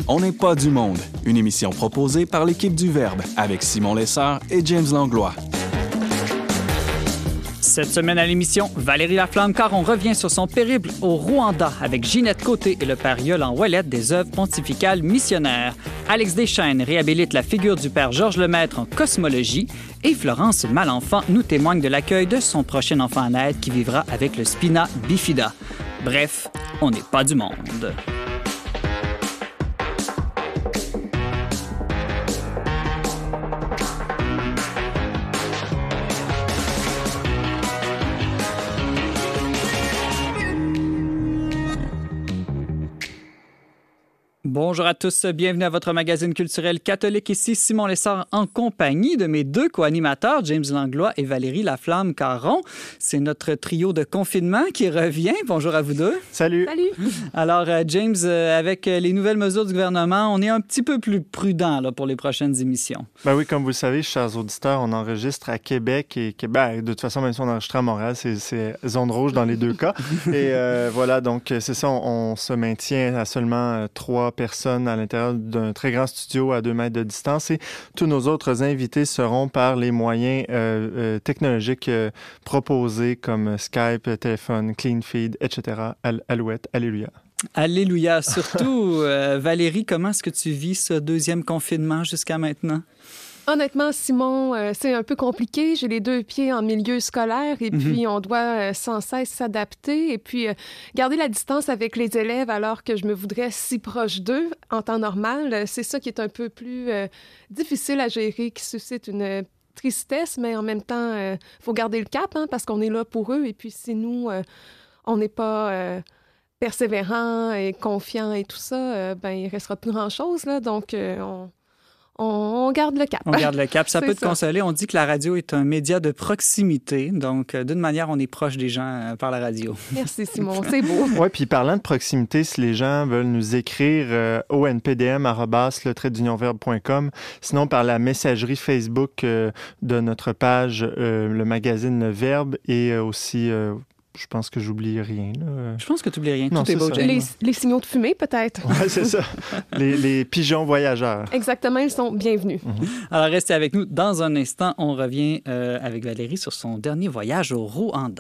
On n'est pas du monde, une émission proposée par l'équipe du Verbe avec Simon Lessard et James Langlois. Cette semaine à l'émission, Valérie Laflamme-Caron revient sur son périple au Rwanda avec Ginette Côté et le père Yolande Ouellette des œuvres pontificales missionnaires. Alex Deschaines réhabilite la figure du père Georges Lemaître en cosmologie et Florence Malenfant nous témoigne de l'accueil de son prochain enfant à naître qui vivra avec le spina bifida. Bref, on n'est pas du monde. Bonjour à tous, bienvenue à votre magazine culturel catholique. Ici Simon Lessard en compagnie de mes deux co-animateurs, James Langlois et Valérie Laflamme-Caron. C'est notre trio de confinement qui revient. Bonjour à vous deux. Salut. Salut. Alors, James, avec les nouvelles mesures du gouvernement, on est un petit peu plus prudent là, pour les prochaines émissions. Ben oui, comme vous le savez, chers auditeurs, on enregistre à Québec et Québec. De toute façon, même si on enregistre à Montréal, c'est zone rouge dans les deux cas. Et voilà, donc c'est ça, on se maintient à seulement 3 personnes à l'intérieur d'un très grand studio à 2 mètres de distance et tous nos autres invités seront par les moyens technologiques proposés comme Skype, téléphone, Clean Feed, etc. Alouette, alléluia. Alléluia. Surtout, Valérie, comment est-ce que tu vis ce deuxième confinement jusqu'à maintenant? Honnêtement, Simon, c'est un peu compliqué. J'ai les 2 pieds en milieu scolaire et puis on doit sans cesse s'adapter et puis garder la distance avec les élèves alors que je me voudrais si proche d'eux en temps normal. C'est ça qui est un peu plus difficile à gérer, qui suscite une tristesse, mais en même temps, il faut garder le cap parce qu'on est là pour eux et puis si nous, on n'est pas... persévérant et confiant et tout ça, il restera plus grand-chose, là. Donc, on garde le cap. On garde le cap. Ça peut te consoler. On dit que la radio est un média de proximité. Donc, d'une manière, on est proche des gens par la radio. Merci, Simon. C'est beau. Oui, puis parlant de proximité, si les gens veulent nous écrire onpdm@le-verbe.com, sinon par la messagerie Facebook de notre page, le magazine Le Verbe et aussi... je pense que j'oublie rien. Là. Je pense que tu n'oublies rien. Non, tout est beau, James. Les signaux de fumée, peut-être. Oui, c'est ça. les pigeons voyageurs. Exactement, ils sont bienvenus. Alors, restez avec nous. Dans un instant, on revient avec Valérie sur son dernier voyage au Rwanda.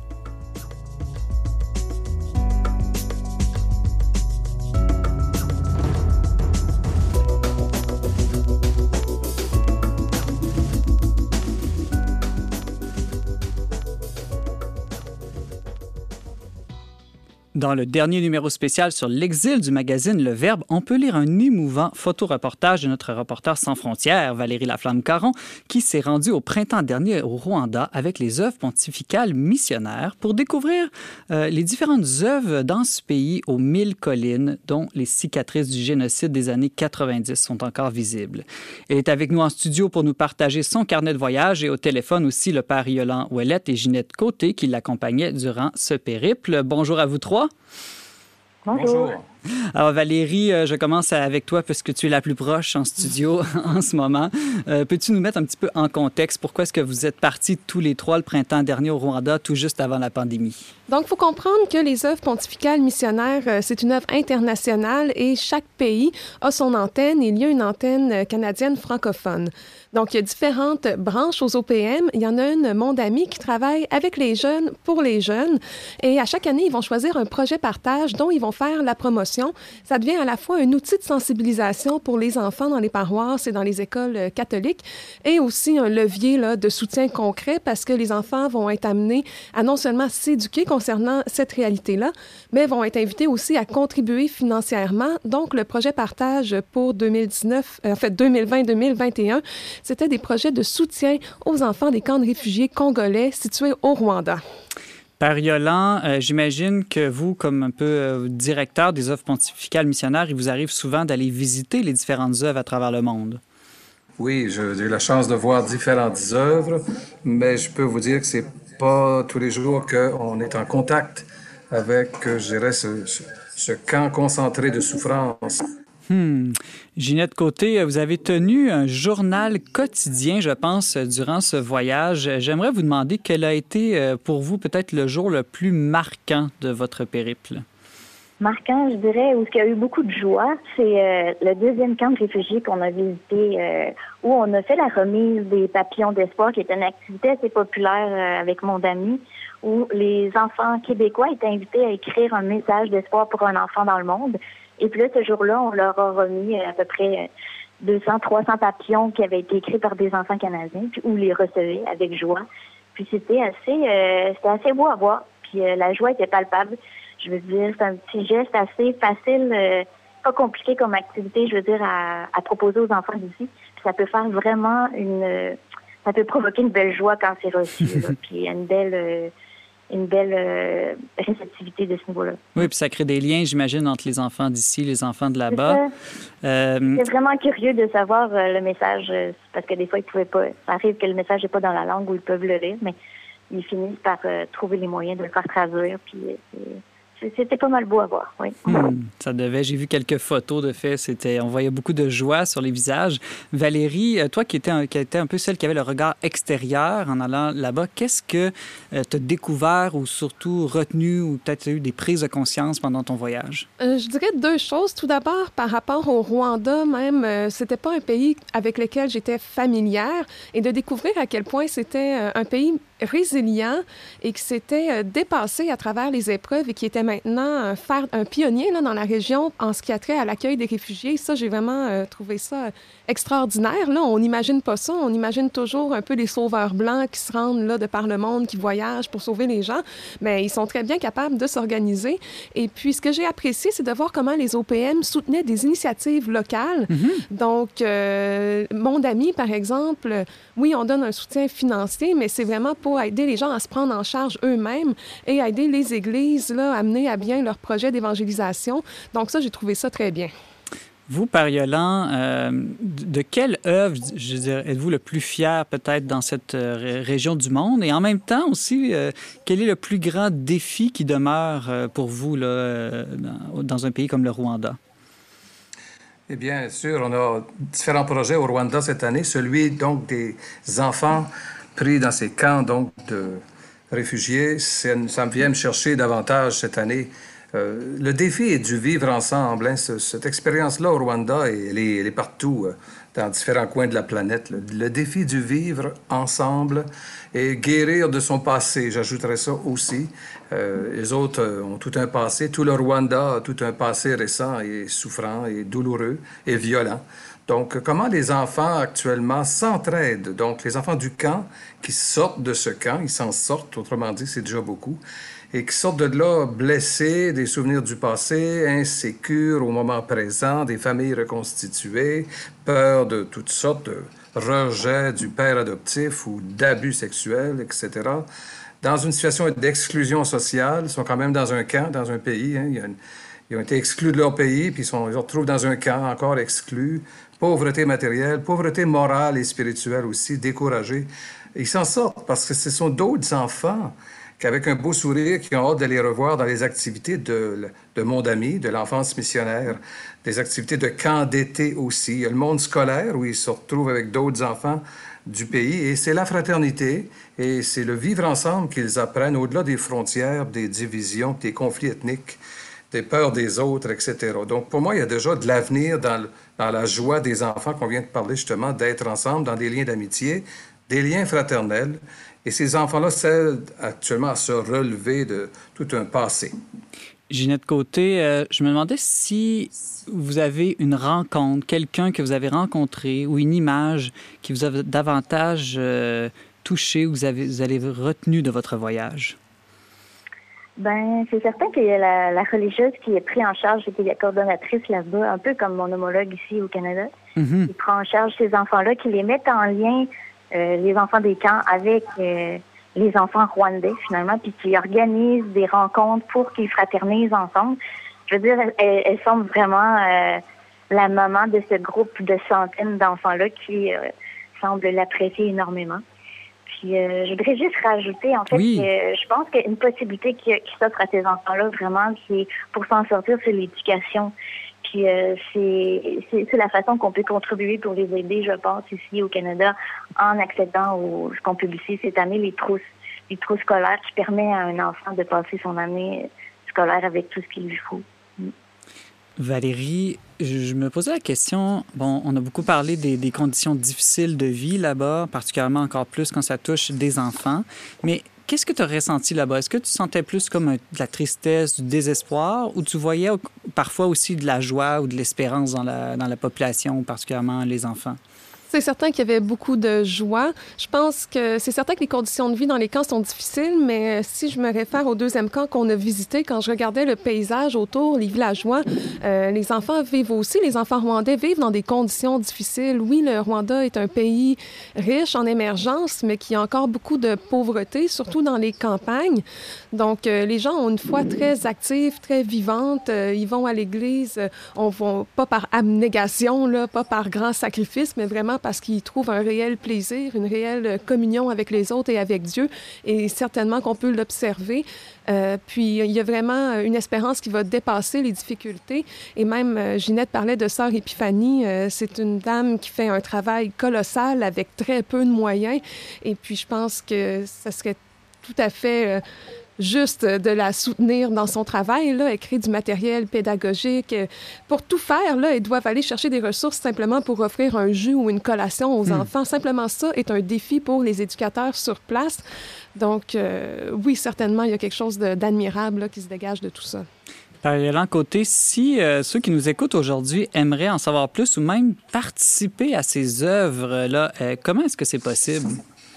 Dans le dernier numéro spécial sur l'exil du magazine Le Verbe, on peut lire un émouvant photoreportage de notre reporter sans frontières, Valérie Laflamme-Caron, qui s'est rendue au printemps dernier au Rwanda avec les œuvres pontificales missionnaires pour découvrir les différentes œuvres dans ce pays aux 1000 collines dont les cicatrices du génocide des années 90 sont encore visibles. Elle est avec nous en studio pour nous partager son carnet de voyage et au téléphone aussi le père Yolande Ouellette et Ginette Côté qui l'accompagnaient durant ce périple. Bonjour à vous trois. Bonjour. Alors Valérie, je commence avec toi puisque tu es la plus proche en studio en ce moment. Peux-tu nous mettre un petit peu en contexte? Pourquoi est-ce que vous êtes partis tous les 3 le printemps dernier au Rwanda, tout juste avant la pandémie? Donc, il faut comprendre que les œuvres pontificales missionnaires, c'est une œuvre internationale et chaque pays a son antenne. Il y a une antenne canadienne francophone. Donc, il y a différentes branches aux OPM. Il y en a une, Monde Ami, qui travaille avec les jeunes, pour les jeunes. Et à chaque année, ils vont choisir un projet partage dont ils vont faire la promotion. Ça devient à la fois un outil de sensibilisation pour les enfants dans les paroisses et dans les écoles catholiques et aussi un levier là, de soutien concret parce que les enfants vont être amenés à non seulement s'éduquer concernant cette réalité-là, mais vont être invités aussi à contribuer financièrement. Donc, le projet partage pour 2020-2021, c'était des projets de soutien aux enfants des camps de réfugiés congolais situés au Rwanda. Père Yolande, j'imagine que vous, comme un peu directeur des œuvres pontificales missionnaires, il vous arrive souvent d'aller visiter les différentes œuvres à travers le monde. Oui, j'ai eu la chance de voir différentes œuvres, mais je peux vous dire que c'est pas tous les jours qu'on est en contact avec, je dirais, ce camp concentré de souffrance. Ginette Côté, vous avez tenu un journal quotidien, je pense, durant ce voyage. J'aimerais vous demander quel a été pour vous peut-être le jour le plus marquant de votre périple. marquant, je dirais, où il y a eu beaucoup de joie, c'est le deuxième camp de réfugiés qu'on a visité, où on a fait la remise des papillons d'espoir, qui est une activité assez populaire avec mon ami, où les enfants québécois étaient invités à écrire un message d'espoir pour un enfant dans le monde. Et puis là, ce jour-là, on leur a remis à peu près 200, 300 papillons qui avaient été écrits par des enfants canadiens, puis où les recevaient avec joie. Puis c'était assez beau à voir. Puis la joie était palpable. Je veux dire, c'est un petit geste assez facile, pas compliqué comme activité, je veux dire, à proposer aux enfants d'ici. Puis ça peut faire vraiment ça peut provoquer une belle joie quand c'est reçu. Là. Puis une belle réceptivité de ce niveau-là. Oui, puis ça crée des liens, j'imagine, entre les enfants d'ici, les enfants de là-bas. C'est vraiment curieux de savoir le message, parce que des fois, ils pouvaient pas. Ça arrive que le message n'est pas dans la langue où ils peuvent le lire, mais ils finissent par trouver les moyens de le faire traduire. Puis c'était pas mal beau à voir, oui. Ça devait. J'ai vu quelques photos de fait. On voyait beaucoup de joie sur les visages. Valérie, toi qui étais un peu celle qui avait le regard extérieur en allant là-bas, qu'est-ce que tu as découvert ou surtout retenu ou peut-être eu des prises de conscience pendant ton voyage? Je dirais deux choses. Tout d'abord, par rapport au Rwanda même, c'était pas un pays avec lequel j'étais familière, et de découvrir à quel point c'était un pays résilient et qui s'était dépassé à travers les épreuves et qui était maintenant un pionnier là, dans la région en ce qui a trait à l'accueil des réfugiés. Ça, j'ai vraiment trouvé ça extraordinaire. Là, on n'imagine pas ça. On imagine toujours un peu les sauveurs blancs qui se rendent là de par le monde, qui voyagent pour sauver les gens. Mais ils sont très bien capables de s'organiser. Et puis, ce que j'ai apprécié, c'est de voir comment les OPM soutenaient des initiatives locales. Donc, Monde Ami, par exemple, oui, on donne un soutien financier, mais c'est vraiment pour aider les gens à se prendre en charge eux-mêmes et aider les églises là, à mener à bien leur projet d'évangélisation. Donc ça, j'ai trouvé ça très bien. Vous, Périolan, de quelle œuvre, je dirais, êtes-vous le plus fier peut-être dans cette région du monde? Et en même temps aussi, quel est le plus grand défi qui demeure pour vous là, dans un pays comme le Rwanda? Eh bien sûr, on a différents projets au Rwanda cette année. Celui donc des enfants pris dans ces camps donc de réfugiés, ça me vient me chercher davantage cette année. Le défi est du vivre ensemble. Hein. Cette expérience-là au Rwanda, elle est partout, dans différents coins de la planète. Le défi du vivre ensemble et guérir de son passé, j'ajouterais ça aussi. Les autres ont tout un passé. Tout le Rwanda a tout un passé récent et souffrant et douloureux et violent. Donc, comment les enfants actuellement s'entraident? Donc, les enfants du camp qui sortent de ce camp, ils s'en sortent, autrement dit, c'est déjà beaucoup, et qui sortent de là blessés, des souvenirs du passé, insécures au moment présent, des familles reconstituées, peur de toutes sortes, de rejet du père adoptif ou d'abus sexuels, etc. Dans une situation d'exclusion sociale, ils sont quand même dans un camp, dans un pays, hein, ils ont été exclus de leur pays, puis ils se retrouvent dans un camp encore exclus. Pauvreté matérielle, pauvreté morale et spirituelle aussi, découragés. Ils s'en sortent parce que ce sont d'autres enfants qu'avec un beau sourire, qui ont hâte de les revoir dans les activités de Monde Ami, de l'enfance missionnaire, des activités de camp d'été aussi. Il y a le monde scolaire où ils se retrouvent avec d'autres enfants du pays et c'est la fraternité et c'est le vivre ensemble qu'ils apprennent au-delà des frontières, des divisions, des conflits ethniques, des peurs des autres, etc. Donc, pour moi, il y a déjà de l'avenir dans la joie des enfants qu'on vient de parler, justement, d'être ensemble dans des liens d'amitié, des liens fraternels. Et ces enfants-là s'aident actuellement à se relever de tout un passé. Ginette Côté, je me demandais si vous avez une rencontre, quelqu'un que vous avez rencontré ou une image qui vous a davantage touché ou vous avez retenu de votre voyage. Ben, c'est certain qu'il y a la religieuse qui est prise en charge et qui est coordonnatrice là-bas, un peu comme mon homologue ici au Canada. Mm-hmm. Il prend en charge ces enfants-là, qui les mettent en lien, les enfants des camps, avec les enfants rwandais, finalement, puis qui organise des rencontres pour qu'ils fraternisent ensemble. Je veux dire, elle semble vraiment la maman de ce groupe de centaines d'enfants-là qui semble l'apprécier énormément. Puis, je voudrais juste rajouter, en fait, que je pense qu'une possibilité qui s'offre à ces enfants-là, vraiment, c'est pour s'en sortir, c'est l'éducation. Puis, c'est la façon qu'on peut contribuer pour les aider, je pense, ici au Canada, en accédant ce qu'on publie cette année, les trous scolaires, qui permet à un enfant de passer son année scolaire avec tout ce qu'il lui faut. Valérie, je me posais la question, bon, on a beaucoup parlé des conditions difficiles de vie là-bas, particulièrement encore plus quand ça touche des enfants, mais qu'est-ce que tu as ressenti là-bas? Est-ce que tu sentais plus comme de la tristesse, du désespoir, ou tu voyais parfois aussi de la joie ou de l'espérance dans la population, particulièrement les enfants? C'est certain qu'il y avait beaucoup de joie. Je pense que c'est certain que les conditions de vie dans les camps sont difficiles, mais si je me réfère au deuxième camp qu'on a visité, quand je regardais le paysage autour, les villageois, les enfants vivent aussi, les enfants rwandais vivent dans des conditions difficiles. Oui, le Rwanda est un pays riche en émergence, mais qui a encore beaucoup de pauvreté, surtout dans les campagnes. Donc, les gens ont une foi très active, très vivante. Ils vont à l'église, on va pas par abnégation, là, pas par grand sacrifice, mais vraiment parce qu'ils trouvent un réel plaisir, une réelle communion avec les autres et avec Dieu. Et certainement qu'on peut l'observer. Puis, il y a vraiment une espérance qui va dépasser les difficultés. Et même, Ginette parlait de Sœur Épiphanie. C'est une dame qui fait un travail colossal avec très peu de moyens. Et puis, je pense que ça serait tout à fait juste de la soutenir dans son travail. Là. Elle crée du matériel pédagogique. Pour tout faire, là, ils doivent aller chercher des ressources simplement pour offrir un jus ou une collation aux enfants. Simplement ça est un défi pour les éducateurs sur place. Donc, oui, certainement, il y a quelque chose d'admirable là, qui se dégage de tout ça. Par l'autre côté, si ceux qui nous écoutent aujourd'hui aimeraient en savoir plus ou même participer à ces œuvres-là, comment est-ce que c'est possible?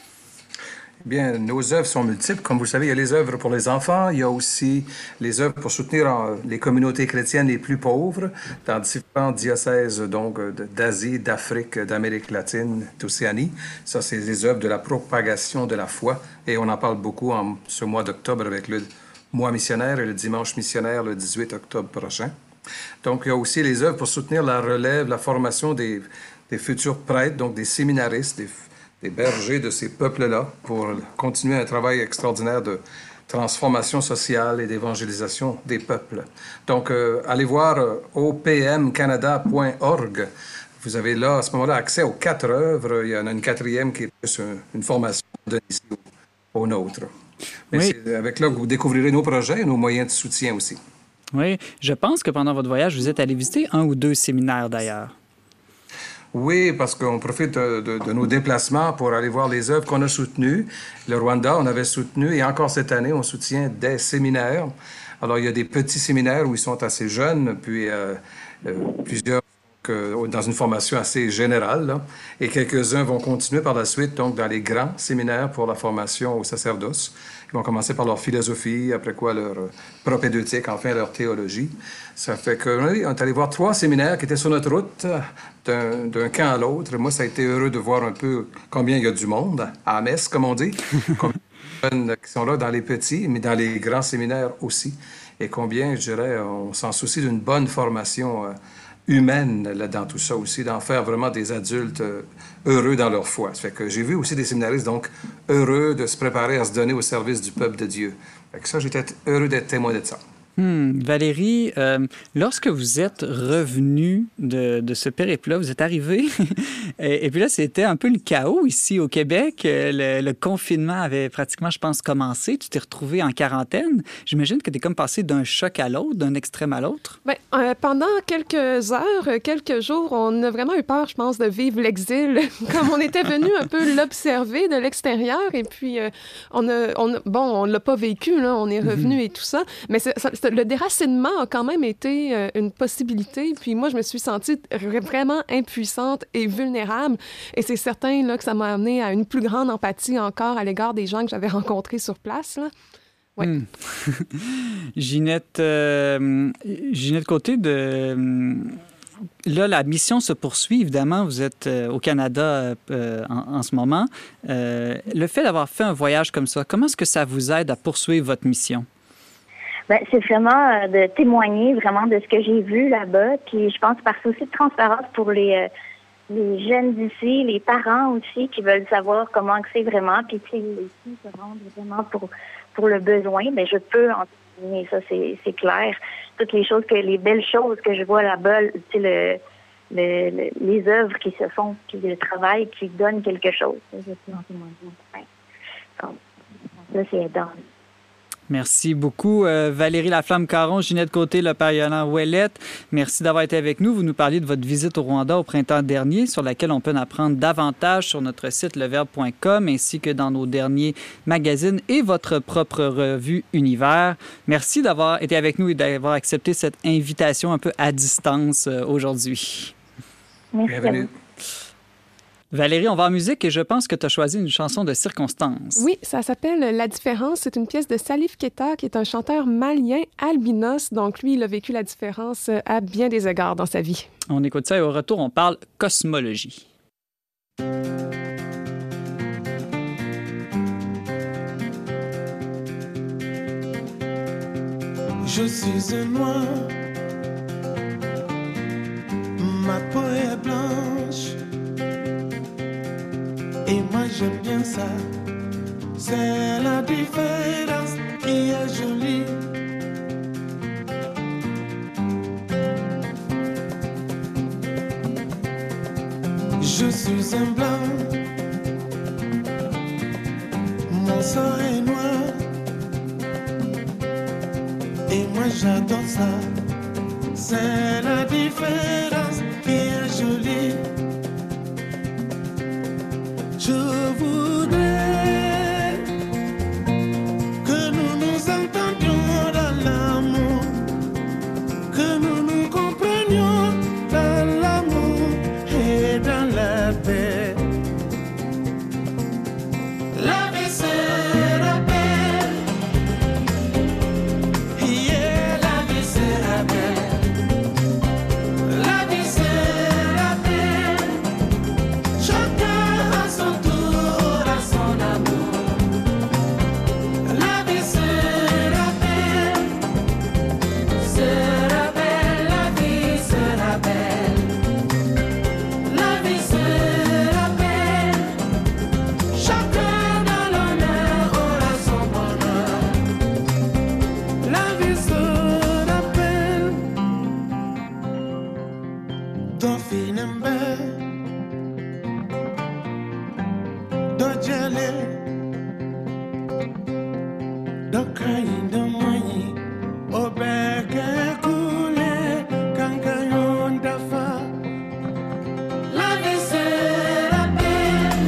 Bien, nos œuvres sont multiples. Comme vous le savez, il y a les œuvres pour les enfants. Il y a aussi les œuvres pour soutenir les communautés chrétiennes les plus pauvres dans différents diocèses donc d'Asie, d'Afrique, d'Amérique latine, d'Océanie. Ça, c'est les œuvres de la propagation de la foi. Et on en parle beaucoup en ce mois d'octobre avec le mois missionnaire et le dimanche missionnaire le 18 octobre prochain. Donc, il y a aussi les œuvres pour soutenir la relève, la formation des futurs prêtres, donc des séminaristes, des bergers de ces peuples-là pour continuer un travail extraordinaire de transformation sociale et d'évangélisation des peuples. Donc, allez voir opmcanada.org. Vous avez là, à ce moment-là, accès aux 4 œuvres. Il y en a une 4e qui est plus une formation donnée ici au nôtre. Mais oui. C'est avec là que vous découvrirez nos projets et nos moyens de soutien aussi. Oui, je pense que pendant votre voyage, vous êtes allé visiter 1 ou 2 séminaires d'ailleurs. Oui, parce qu'on profite de nos déplacements pour aller voir les œuvres qu'on a soutenues. Le Rwanda, on avait soutenu, et encore cette année, on soutient des séminaires. Alors, il y a des petits séminaires où ils sont assez jeunes, puis plusieurs dans une formation assez générale, là, et quelques-uns vont continuer par la suite, donc, dans les grands séminaires pour la formation au sacerdoce. Ils vont commencer par leur philosophie, après quoi leur propédeutique, enfin leur théologie. Ça fait que, oui, on est allé voir 3 séminaires qui étaient sur notre route, d'un camp à l'autre. Moi, ça a été heureux de voir un peu combien il y a du monde, à la messe, comme on dit, combien de jeunes qui sont là dans les petits, mais dans les grands séminaires aussi, et combien, je dirais, on s'en soucie d'une bonne formation humaine là, dans tout ça aussi, d'en faire vraiment des adultes heureux dans leur foi. Ça fait que j'ai vu aussi des séminaristes, donc, heureux de se préparer à se donner au service du peuple de Dieu. Fait que ça, j'étais heureux d'être témoin de ça. Valérie, lorsque vous êtes revenu de ce périple-là, vous êtes arrivé, et puis là, c'était un peu le chaos ici au Québec. Le confinement avait pratiquement, je pense, commencé. Tu t'es retrouvé en quarantaine. J'imagine que tu es comme passé d'un choc à l'autre, d'un extrême à l'autre. Bien, pendant quelques heures, quelques jours, on a vraiment eu peur, je pense, de vivre l'exil, comme on était venu un peu l'observer de l'extérieur, et puis on l'a pas vécu, là, on est revenu et tout ça, mais le déracinement a quand même été une possibilité. Puis moi, je me suis sentie vraiment impuissante et vulnérable. Et c'est certain là, que ça m'a amené à une plus grande empathie encore à l'égard des gens que j'avais rencontrés sur place. Là. Ouais. Ginette Côté, là, la mission se poursuit, évidemment. Vous êtes au Canada en ce moment. Le fait d'avoir fait un voyage comme ça, comment est-ce que ça vous aide à poursuivre votre mission? Ben, c'est vraiment de témoigner vraiment de ce que j'ai vu là-bas. Puis je pense par souci de transparence pour les jeunes d'ici, les parents aussi qui veulent savoir comment que c'est vraiment. Puis tu sais, ici se rendre vraiment pour le besoin. Ben je peux en témoigner, ça c'est clair. Toutes les choses les belles choses que je vois là-bas, tu sais les œuvres qui se font, puis le travail qui donne quelque chose. Je peux en témoigner. Ouais. Donc, là c'est aidant. Merci beaucoup, Valérie Laflamme-Caron, Ginette Côté, le père Yolande Ouellette. Merci d'avoir été avec nous. Vous nous parliez de votre visite au Rwanda au printemps dernier, sur laquelle on peut en apprendre davantage sur notre site leverbe.com, ainsi que dans nos derniers magazines et votre propre revue Univers. Merci d'avoir été avec nous et d'avoir accepté cette invitation un peu à distance aujourd'hui. Merci à vous. Valérie, on va en musique et je pense que tu as choisi une chanson de circonstance. Oui, ça s'appelle La différence. C'est une pièce de Salif Keita, qui est un chanteur malien albinos. Donc, lui, il a vécu la différence à bien des égards dans sa vie. On écoute ça et au retour, on parle cosmologie. Je suis un noir, ma peau est blanche. Et moi j'aime bien ça, c'est la différence qui est jolie. Je suis un blanc, mon sang est noir. Et moi j'adore ça, c'est la différence qui est jolie. Je voudrais que nous nous entendions dans l'amour, que nous nous comprenions dans l'amour et dans la paix. La vie sera belle, yeah, la vie sera belle, la vie sera belle, chacun à son tour, à son amour. La vie sera belle, la vie sera belle, la vie sera belle, chacun dans l'honneur aura son bonheur. La vie sera belle, ton finembe. Dojale, dokai domayi, obeke kule, kankayon dafa. La vie sera belle,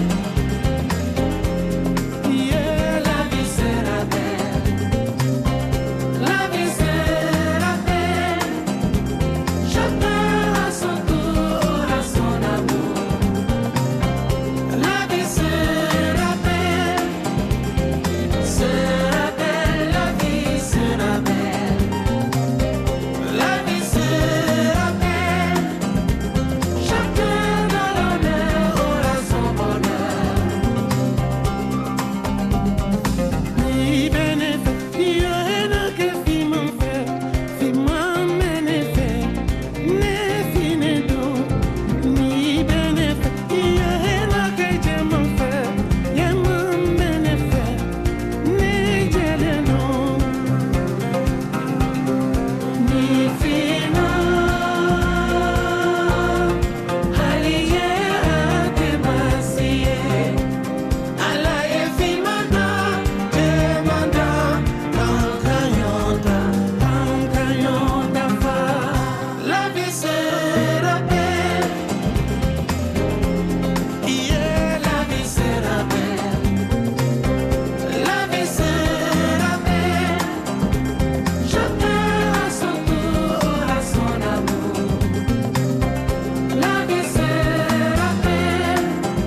yeah, la vie sera belle, la vie sera belle, chacun à son tour, à son amour. La vie sera belle, la vie sera belle, la vie sera belle, chacun dans l'honneur aura son bonheur. Ni bénéfice, ni rien que fi m'en fait, fi m'en bénéfice, ne fi ne do, ni bénéfice, ni rien que je m'en fait, y'a m'en bénéfice, ni je le nom, ni fi non, allié à te bassier. Alaye fi manda, te manda, kankayonda fa. La vie sera belle, yeah, la vie sera belle, la vie sera belle, chacun à son tour, à son amour. La vie sera belle,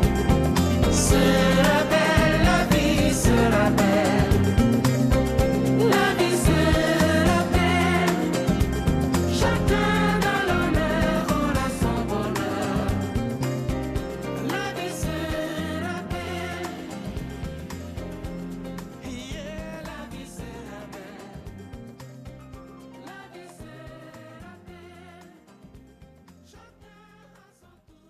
la vie sera belle, la vie sera belle, chacun dans l'honneur aura son bonheur. La vie sera belle, yeah, la vie sera belle, la vie sera belle, chacun à son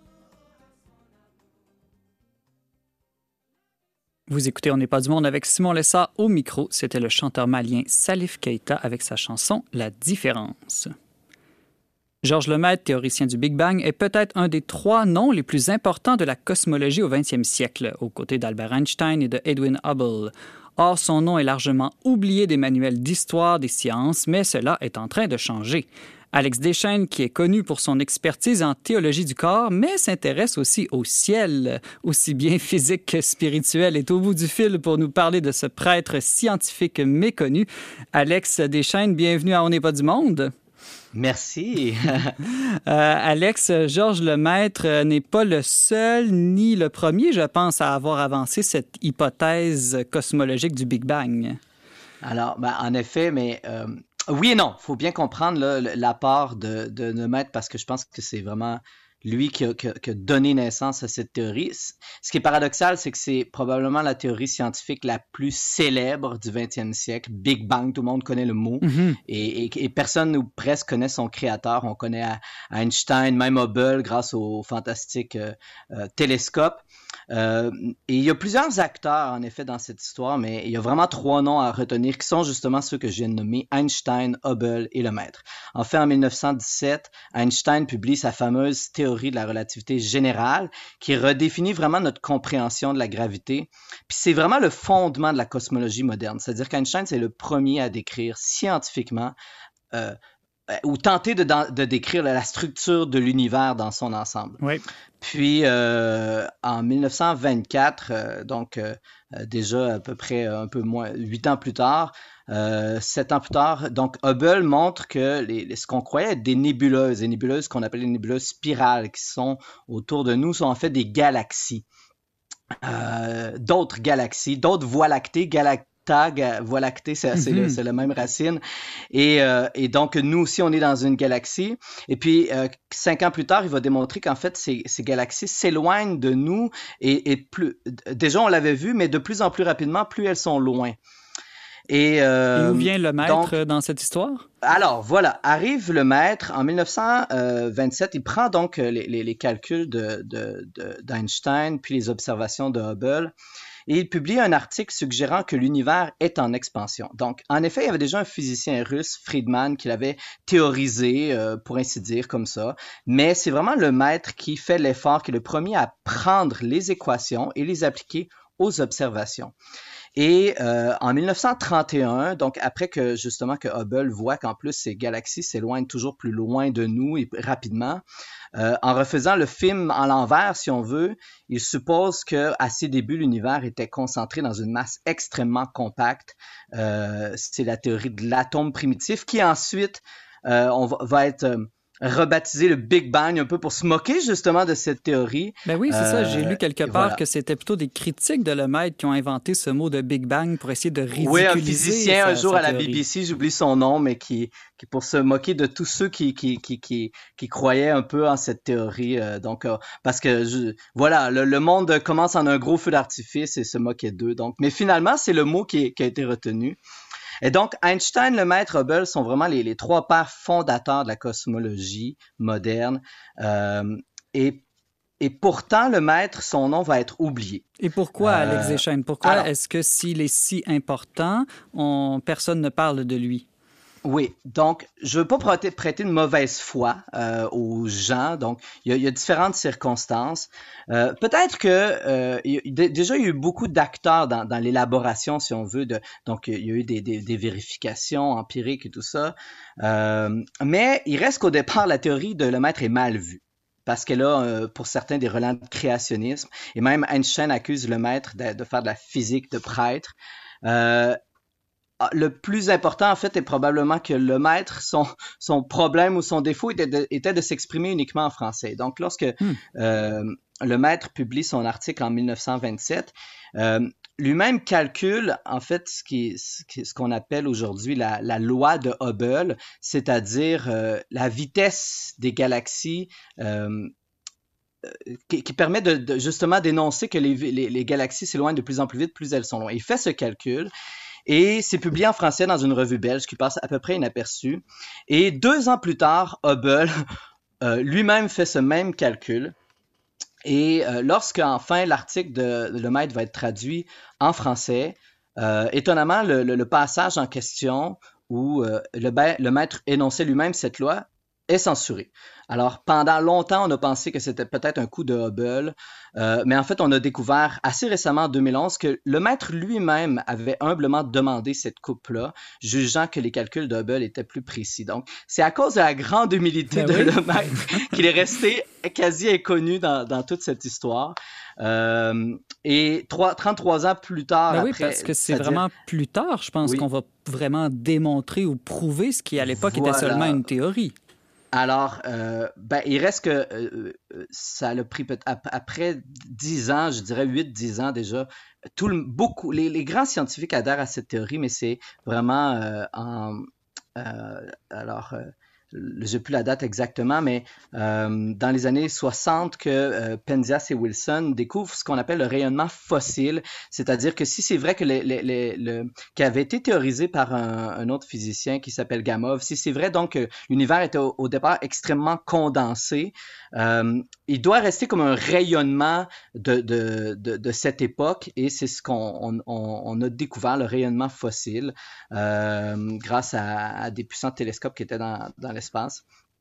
Vous écoutez On n'est pas du monde avec Simon Lessard au micro. C'était le chanteur malien Salif Keita avec sa chanson La différence. Georges Lemaître, théoricien du Big Bang, est peut-être un des 3 noms les plus importants de la cosmologie au 20e siècle, aux côtés d'Albert Einstein et de Edwin Hubble. Or, son nom est largement oublié des manuels d'histoire des sciences, mais cela est en train de changer. Alex Deschênes, qui est connu pour son expertise en théologie du corps, mais s'intéresse aussi au ciel, aussi bien physique que spirituel, est au bout du fil pour nous parler de ce prêtre scientifique méconnu. Alex Deschênes, bienvenue à On n'est pas du monde. Merci. Alex, Georges Lemaître n'est pas le seul ni le premier, je pense, à avoir avancé cette hypothèse cosmologique du Big Bang. Alors, en effet, mais oui et non. Il faut bien comprendre là, l'apport de Lemaître parce que je pense que c'est vraiment lui qui a donné naissance à cette théorie. Ce qui est paradoxal, c'est que c'est probablement la théorie scientifique la plus célèbre du 20e siècle. Big Bang, tout le monde connaît le mot. Mm-hmm. Et personne ou presque connaît son créateur. On connaît Einstein, même Hubble, grâce au fantastique télescope. Et il y a plusieurs acteurs, en effet, dans cette histoire, mais il y a vraiment 3 noms à retenir qui sont justement ceux que je viens de nommer, Einstein, Hubble et Lemaître. En fait, en 1917, Einstein publie sa fameuse théorie de la relativité générale qui redéfinit vraiment notre compréhension de la gravité. Puis c'est vraiment le fondement de la cosmologie moderne. C'est-à-dire qu'Einstein, c'est le premier à décrire scientifiquement ou tenter de décrire la structure de l'univers dans son ensemble. Oui. Puis, en 1924, déjà à peu près un peu moins, 8 ans plus tard, 7 ans plus tard, donc Hubble montre que ce qu'on croyait être des nébuleuses qu'on appelle les nébuleuses spirales, qui sont autour de nous, sont en fait des galaxies. D'autres galaxies, d'autres voies lactées, Voie lactée, c'est la même racine. Et donc, nous aussi, on est dans une galaxie. Et puis, 5 ans plus tard, il va démontrer qu'en fait, ces galaxies s'éloignent de nous et plus... Déjà, on l'avait vu, mais de plus en plus rapidement, plus elles sont loin. Et où vient Lemaître dans cette histoire? Alors, voilà, arrive Lemaître en 1927. Il prend donc les calculs d'Einstein, puis les observations de Hubble. Et il publie un article suggérant que l'univers est en expansion. Donc, en effet, il y avait déjà un physicien russe, Friedman, qui l'avait théorisé, pour ainsi dire, comme ça. Mais c'est vraiment Lemaître qui fait l'effort, qui est le premier à prendre les équations et les appliquer aux observations. Et en 1931, donc après que justement que Hubble voit qu'en plus ces galaxies s'éloignent toujours plus loin de nous et rapidement, en refaisant le film en l'envers, si on veut, il suppose que à ses débuts l'univers était concentré dans une masse extrêmement compacte. C'est la théorie de l'atome primitif qui ensuite va être rebaptisé le Big Bang un peu pour se moquer justement de cette théorie. Ben oui, c'est ça. J'ai lu quelque part que c'était plutôt des critiques de Lemaître qui ont inventé ce mot de Big Bang pour essayer de ridiculiser. Oui, un physicien un jour à la BBC, j'oublie son nom, mais qui pour se moquer de tous ceux qui croyaient un peu en cette théorie. Parce que voilà, le monde commence en un gros feu d'artifice et se moquait d'eux. Donc, mais finalement, c'est le mot qui a été retenu. Et donc, Einstein, Lemaître, Hubble sont vraiment les 3 pères fondateurs de la cosmologie moderne. Et pourtant, Lemaître, son nom va être oublié. Et pourquoi, Alex Deschênes? Pourquoi est-ce que s'il est si important, personne ne parle de lui? Oui, donc je veux pas prêter de mauvaise foi aux gens. Donc, il y a différentes circonstances. Peut-être que déjà il y a eu beaucoup d'acteurs dans l'élaboration, si on veut. Donc, il y a eu des vérifications empiriques et tout ça. Mais il reste qu'au départ, la théorie de Lemaître est mal vue. Parce qu'elle a, pour certains, des relents de créationnisme. Et même Einstein accuse Lemaître de faire de la physique de prêtre. Le plus important, en fait, est probablement que Lemaître, son problème ou son défaut était de s'exprimer uniquement en français. Donc, lorsque Lemaître publie son article en 1927, lui-même calcule, en fait, ce qu'on appelle aujourd'hui la loi de Hubble, c'est-à-dire la vitesse des galaxies qui permet de justement d'énoncer que les galaxies s'éloignent de plus en plus vite, plus elles sont loin. Il fait ce calcul. Et c'est publié en français dans une revue belge qui passe à peu près inaperçu. Et 2 ans plus tard, Hubble lui-même fait ce même calcul. Et lorsque enfin l'article de Lemaître va être traduit en français, étonnamment, le passage en question où Lemaître énonçait lui-même cette loi est censuré. Alors, pendant longtemps, on a pensé que c'était peut-être un coup de Hubble, mais en fait, on a découvert assez récemment, en 2011, que Lemaître lui-même avait humblement demandé cette coupe-là, jugeant que les calculs de Hubble étaient plus précis. Donc, c'est à cause de la grande humilité de Lemaître qu'il est resté quasi inconnu dans toute cette histoire. Et 33 ans plus tard, Ben après, oui, parce que c'est vraiment plus tard, je pense, qu'on va vraiment démontrer ou prouver ce qui, à l'époque, était seulement une théorie. Alors, il reste que ça l'a pris après 10 ans, je dirais 8-10 ans déjà. Les grands scientifiques adhèrent à cette théorie, mais c'est vraiment j'ai plus la date exactement, mais dans les années 60 que Penzias et Wilson découvrent ce qu'on appelle le rayonnement fossile, c'est-à-dire que si c'est vrai que qui avait été théorisé par un autre physicien qui s'appelle Gamow, si c'est vrai donc que l'univers était au départ extrêmement condensé, il doit rester comme un rayonnement de cette époque, et c'est ce qu'on a découvert, le rayonnement fossile, grâce à des puissants télescopes qui étaient dans l'espace.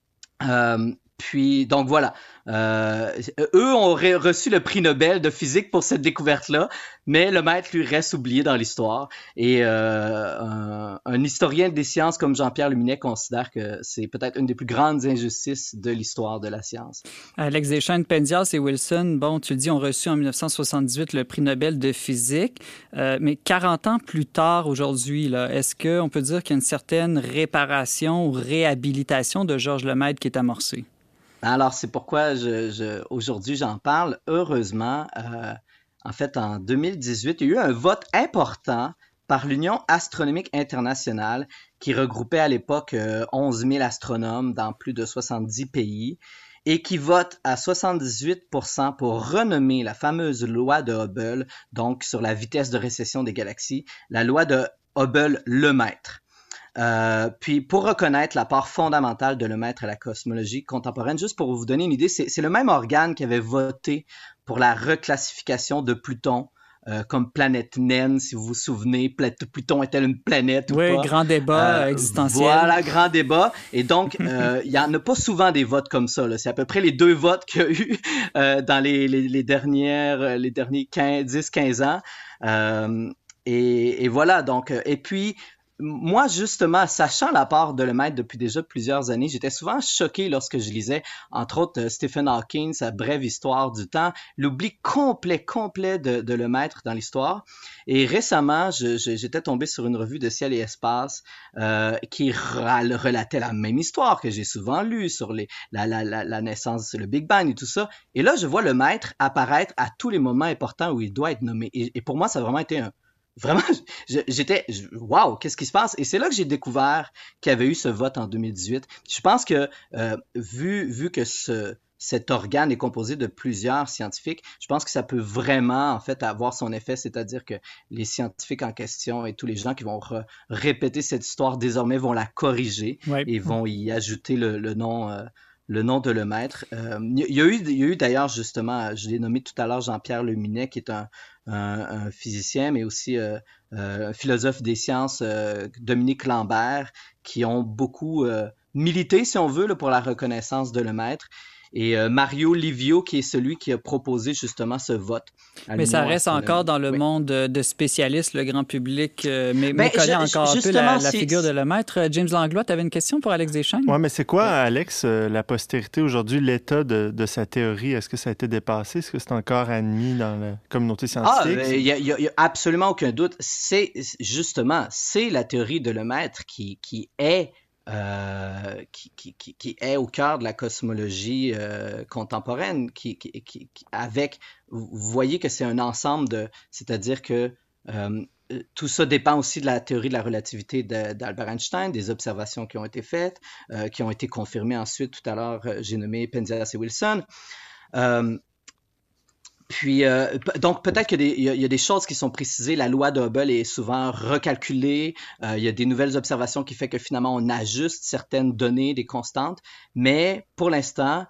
Puis, donc voilà, eux ont reçu le prix Nobel de physique pour cette découverte-là, mais Lemaître, lui, reste oublié dans l'histoire. Et un historien des sciences comme Jean-Pierre Luminet considère que c'est peut-être une des plus grandes injustices de l'histoire de la science. Alex Deschênes, Penzias et Wilson, bon, tu le dis, ont reçu en 1978 le prix Nobel de physique, mais 40 ans plus tard, aujourd'hui, là, est-ce qu'on peut dire qu'il y a une certaine réparation ou réhabilitation de Georges Lemaître qui est amorcée? Alors, c'est pourquoi aujourd'hui j'en parle. Heureusement, en fait, en 2018, il y a eu un vote important par l'Union astronomique internationale qui regroupait à l'époque 11 000 astronomes dans plus de 70 pays et qui vote à 78% pour renommer la fameuse loi de Hubble, donc sur la vitesse de récession des galaxies, la loi de Hubble-Lemaître. Puis pour reconnaître la part fondamentale de Lemaître à la cosmologie contemporaine, juste pour vous donner une idée, c'est le même organe qui avait voté pour la reclassification de Pluton comme planète naine, si vous vous souvenez. Pluton est-elle une planète ou pas? Oui, grand débat existentiel. Voilà, grand débat. Et donc, il y en a pas souvent des votes comme ça, là. C'est à peu près les 2 votes qu'il y a eu dans les derniers 10-15 ans. Et voilà, donc, et puis, moi, justement, sachant la part de Lemaître depuis déjà plusieurs années, j'étais souvent choqué lorsque je lisais, entre autres, Stephen Hawking, sa brève histoire du temps, l'oubli complet de Lemaître dans l'histoire. Et récemment, j'étais tombé sur une revue de Ciel et Espace qui relatait la même histoire que j'ai souvent lue sur la naissance, le Big Bang et tout ça. Et là, je vois Lemaître apparaître à tous les moments importants où il doit être nommé. Et pour moi, ça a vraiment été Vraiment, wow, qu'est-ce qui se passe? Et c'est là que j'ai découvert qu'il y avait eu ce vote en 2018. Je pense que, vu que cet organe est composé de plusieurs scientifiques, je pense que ça peut vraiment, en fait, avoir son effet, c'est-à-dire que les scientifiques en question et tous les gens qui vont répéter cette histoire désormais vont la corriger et vont y ajouter le nom de Lemaître. Il y a eu d'ailleurs, justement, je l'ai nommé tout à l'heure, Jean-Pierre Luminet, qui est un physicien, mais aussi un philosophe des sciences, Dominique Lambert, qui ont beaucoup milité, si on veut, là, pour la reconnaissance de Lemaître. Et Mario Livio, qui est celui qui a proposé justement ce vote. Mais ça reste encore dans le monde de spécialistes, le grand public méconnaît encore un peu la figure de Lemaître. James Langlois, tu avais une question pour Alex Deschênes? Oui, mais c'est quoi, Alex, la postérité aujourd'hui, l'état de sa théorie? Est-ce que ça a été dépassé? Est-ce que c'est encore admis dans la communauté scientifique? Il y a absolument aucun doute. C'est la théorie de Lemaître qui est au cœur de la cosmologie contemporaine, vous voyez que c'est un ensemble c'est-à-dire que tout ça dépend aussi de la théorie de la relativité d'Albert Einstein, des observations qui ont été faites, qui ont été confirmées ensuite. Tout à l'heure, j'ai nommé Penzias et Wilson. Puis, donc peut-être qu'il y a des choses qui sont précisées. La loi de Hubble est souvent recalculée. Il y a des nouvelles observations qui fait que finalement on ajuste certaines données, des constantes. Mais pour l'instant,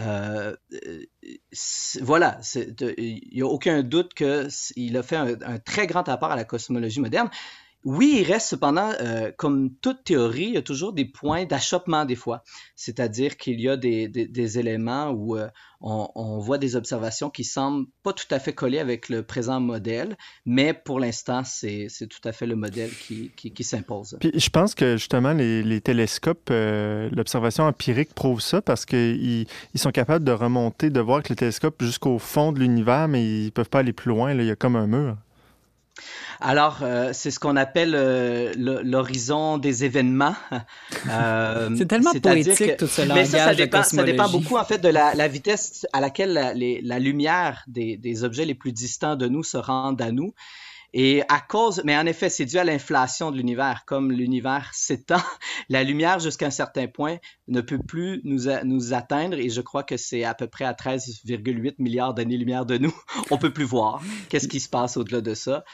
voilà, il y a aucun doute qu'il a fait un très grand apport à la cosmologie moderne. Oui, il reste cependant, comme toute théorie, il y a toujours des points d'achoppement des fois. C'est-à-dire qu'il y a des éléments où on voit des observations qui semblent pas tout à fait coller avec le présent modèle, mais pour l'instant, c'est tout à fait le modèle qui s'impose. Puis je pense que justement, les télescopes, l'observation empirique prouve ça parce qu'ils ils sont capables de remonter, de voir avec le télescope jusqu'au fond de l'univers, mais ils peuvent pas aller plus loin. Là, il y a comme un mur. Alors, c'est ce qu'on appelle l'horizon des événements. C'est tellement C'est-à-dire poétique, que, tout ce mais ça langage de dépend, ça dépend cosmologie. beaucoup en fait de la vitesse à laquelle la lumière des objets les plus distants de nous se rendent à nous. Et à cause, mais en effet, c'est dû à l'inflation de l'univers. Comme l'univers s'étend, la lumière jusqu'à un certain point ne peut plus nous atteindre. Et je crois que c'est à peu près à 13,8 milliards d'années-lumière de nous. On peut plus voir. Qu'est-ce qui se passe au-delà de ça?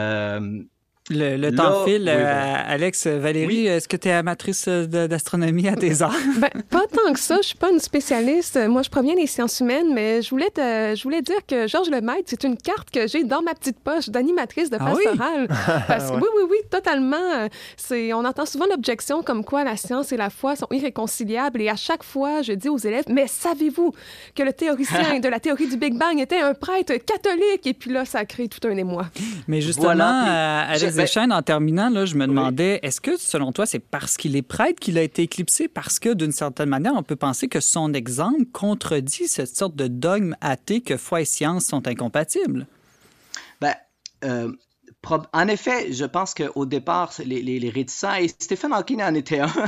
Le temps Là, file. oui, voilà. Alex, Valérie, Oui. est-ce que tu es amatrice d'astronomie à tes heures? Ben, pas tant que ça. Je suis pas une spécialiste. Moi, je proviens des sciences humaines, mais je voulais dire que Georges Lemaître, c'est une carte que j'ai dans ma petite poche d'animatrice de Ah oui? pastorale. Parce que Ouais. oui, totalement. On entend souvent l'objection comme quoi la science et la foi sont irréconciliables. Et à chaque fois, je dis aux élèves, mais savez-vous que le théoricien de la théorie du Big Bang était un prêtre catholique? Et puis là, ça crée tout un émoi. Mais justement, Voilà, puis Alex Deschênes, en terminant, là, je me demandais, est-ce que, selon toi, c'est parce qu'il est prêtre qu'il a été éclipsé? Parce que, d'une certaine manière, on peut penser que son exemple contredit cette sorte de dogme athée que foi et science sont incompatibles. Ben, euh, en effet, je pense qu'au départ, les réticents, et Stephen Hawking en était un,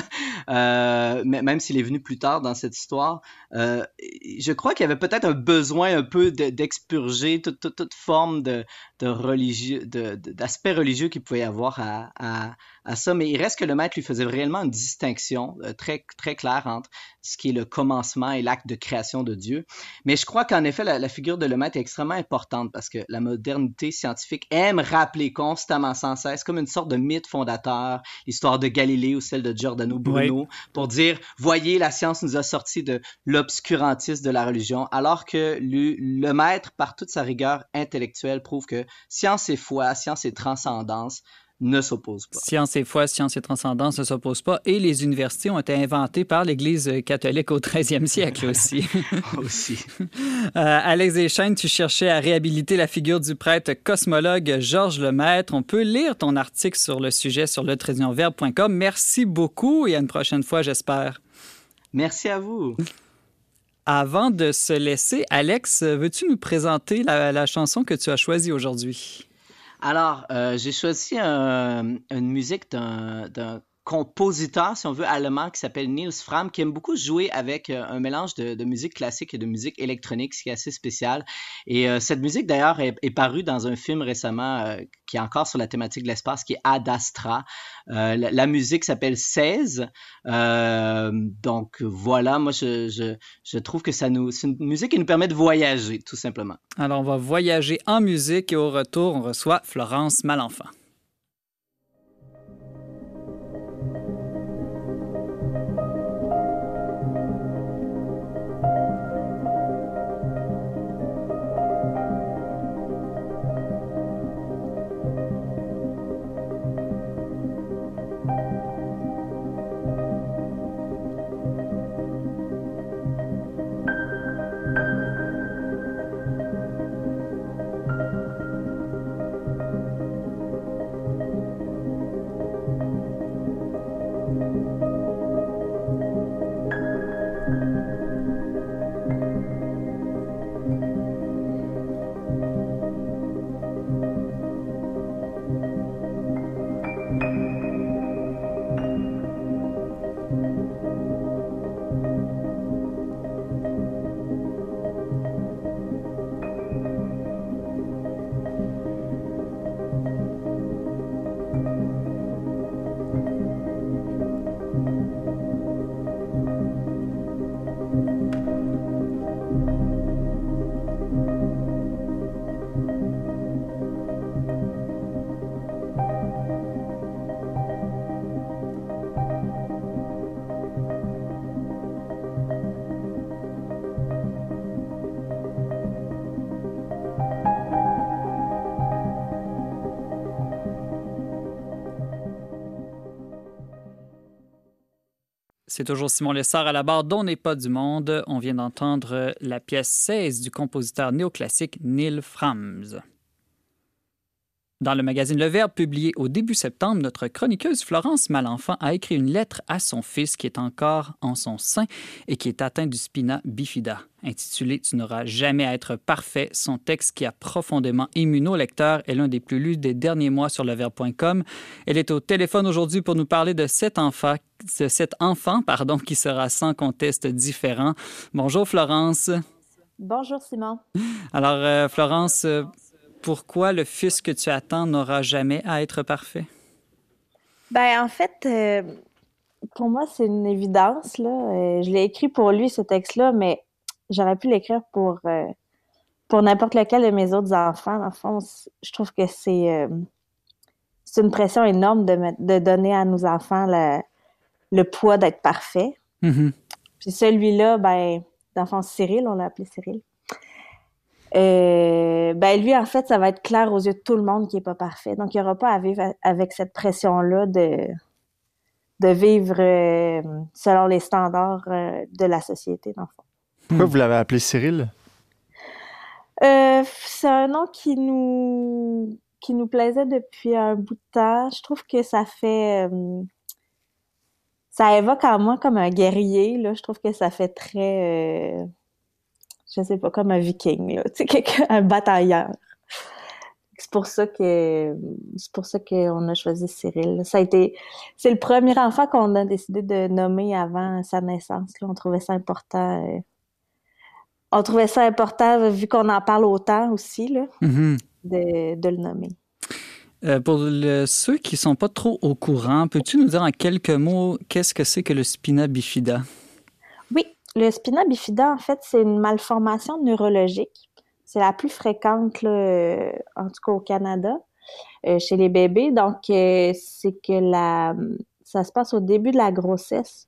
même s'il est venu plus tard dans cette histoire, je crois qu'il y avait peut-être un besoin un peu d'expurger toute forme de religieux, d'aspect religieux qu'il pouvait y avoir à ça. Mais il reste que le maître lui faisait réellement une distinction très, très claire entre ce qui est le commencement et l'acte de création de Dieu. Mais je crois qu'en effet, la figure de le maître est extrêmement importante parce que la modernité scientifique aime rappeler constamment, sans cesse, comme une sorte de mythe fondateur, l'histoire de Galilée ou celle de Giordano Bruno, pour dire, voyez, la science nous a sortis de l'obscurantisme de la religion, alors que le maître, par toute sa rigueur intellectuelle, prouve que science et foi, science et transcendance ne s'opposent pas. Science et foi, science et transcendance ne s'opposent pas. Et les universités ont été inventées par l'Église catholique au 13e siècle aussi. Aussi. Alex Deschênes, tu cherchais à réhabiliter la figure du prêtre cosmologue Georges Lemaître. On peut lire ton article sur le sujet sur letradionverbe.com. Merci beaucoup et à une prochaine fois, j'espère. Merci à vous. Avant de se laisser, Alex, veux-tu nous présenter la chanson que tu as choisie aujourd'hui? Alors, j'ai choisi une musique d'un compositeur, si on veut, allemand qui s'appelle Niels Frahm, qui aime beaucoup jouer avec un mélange de musique classique et de musique électronique, ce qui est assez spécial. Et cette musique, d'ailleurs, est parue dans un film récemment qui est encore sur la thématique de l'espace, qui est Ad Astra. La musique s'appelle 16. Donc, voilà, moi, je trouve que c'est une musique qui nous permet de voyager, tout simplement. Alors, on va voyager en musique et au retour, on reçoit Florence Malenfant. C'est toujours Simon Lessard à la barre d'On n'est pas du monde. On vient d'entendre la pièce 16 du compositeur néoclassique Neil Frams. Dans le magazine Le Verbe, publié au début septembre, notre chroniqueuse Florence Malenfant a écrit une lettre à son fils qui est encore en son sein et qui est atteint du spina bifida. Intitulé « Tu n'auras jamais à être parfait », son texte qui a profondément ému nos lecteurs est l'un des plus lus des derniers mois sur leverbe.com. Elle est au téléphone aujourd'hui pour nous parler de cet enfant qui sera sans conteste différent. Bonjour Florence. Bonjour Simon. Alors Florence, pourquoi le fils que tu attends n'aura jamais à être parfait? Ben en fait, pour moi, c'est une évidence, là. Je l'ai écrit pour lui, ce texte-là, mais j'aurais pu l'écrire pour n'importe lequel de mes autres enfants. Dans le fond, je trouve que c'est une pression énorme de donner à nos enfants le poids d'être parfait. Mm-hmm. Puis celui-là, ben, dans le fond, Cyril, on l'a appelé Cyril. Ben lui, en fait, ça va être clair aux yeux de tout le monde qu'il n'est pas parfait. Donc, il n'y aura pas à vivre avec cette pression-là de vivre selon les standards de la société, dans le fond. Pourquoi vous l'avez appelé Cyril? C'est un nom qui nous plaisait depuis un bout de temps. Je trouve que ça fait... ça évoque en moi comme un guerrier, là. Je trouve que ça fait très... je sais pas, comme un viking, là. Tu sais, un batailleur. C'est pour ça qu'on a choisi Cyril. C'est le premier enfant qu'on a décidé de nommer avant sa naissance, là. On trouvait ça important. Vu qu'on en parle autant aussi, là, Mm-hmm. de le nommer. Pour ceux qui ne sont pas trop au courant, peux-tu nous dire en quelques mots qu'est-ce que c'est que le spina bifida? Oui, le spina bifida, en fait, c'est une malformation neurologique. C'est la plus fréquente, là, en tout cas au Canada, chez les bébés. Donc, c'est que ça se passe au début de la grossesse.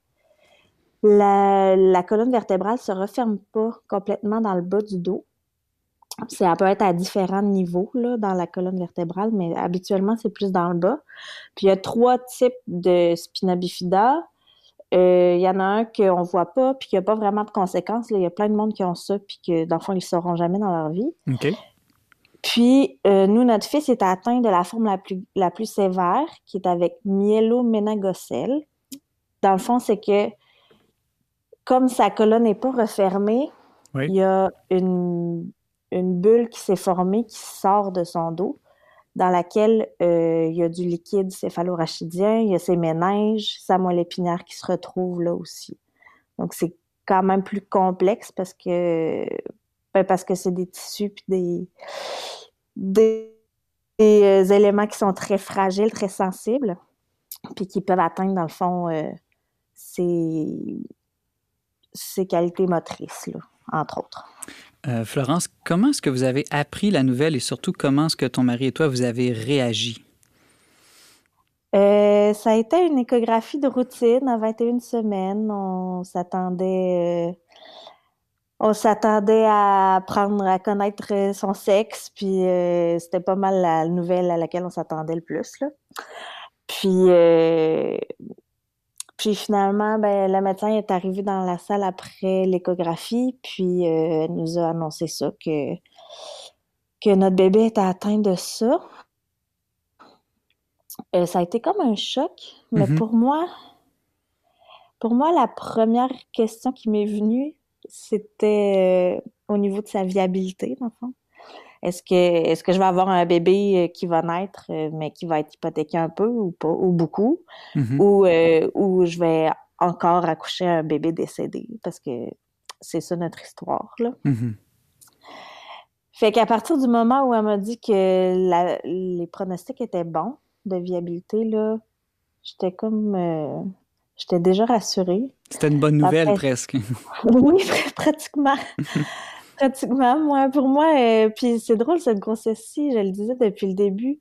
La colonne vertébrale se referme pas complètement dans le bas du dos. Ça peut être à différents niveaux là, dans la colonne vertébrale, mais habituellement, c'est plus dans le bas. Puis il y a 3 types de spina bifida. Il y en a un qu'on voit pas, puis qui n'a pas vraiment de conséquences. Là. Il y a plein de monde qui ont ça, puis que dans le fond, ils ne le sauront jamais dans leur vie. OK. Puis, nous, notre fils est atteint de la forme la plus sévère, qui est avec myéloméningocèle. Dans le fond, c'est que comme sa colonne n'est pas refermée, Oui. il y a une bulle qui s'est formée, qui sort de son dos, dans laquelle il y a du liquide céphalorachidien, il y a ses méninges, sa moelle épinière qui se retrouve là aussi. Donc, c'est quand même plus complexe parce que c'est des tissus puis des éléments qui sont très fragiles, très sensibles, puis qui peuvent atteindre, dans le fond, ses qualités motrices, là, entre autres. Florence, comment est-ce que vous avez appris la nouvelle et surtout comment est-ce que ton mari et toi, vous avez réagi? Ça a été une échographie de routine à 21 semaines. On s'attendait à apprendre à connaître son sexe, puis c'était pas mal la nouvelle à laquelle on s'attendait le plus, là. Puis finalement, ben, le médecin est arrivé dans la salle après l'échographie, puis elle nous a annoncé ça, que notre bébé était atteint de ça. Ça a été comme un choc, mais Mm-hmm. pour moi, la première question qui m'est venue, c'était au niveau de sa viabilité, dans le fond. Est-ce que je vais avoir un bébé qui va naître, mais qui va être hypothéqué un peu ou pas, ou beaucoup, Mm-hmm. ou je vais encore accoucher un bébé décédé, parce que c'est ça notre histoire, là. Mm-hmm. Fait qu'à partir du moment où elle m'a dit que les pronostics étaient bons de viabilité, là, j'étais déjà rassurée. C'était une bonne nouvelle, Après, presque. oui, pratiquement. Pratiquement, pour moi, puis c'est drôle cette grossesse-ci, je le disais depuis le début,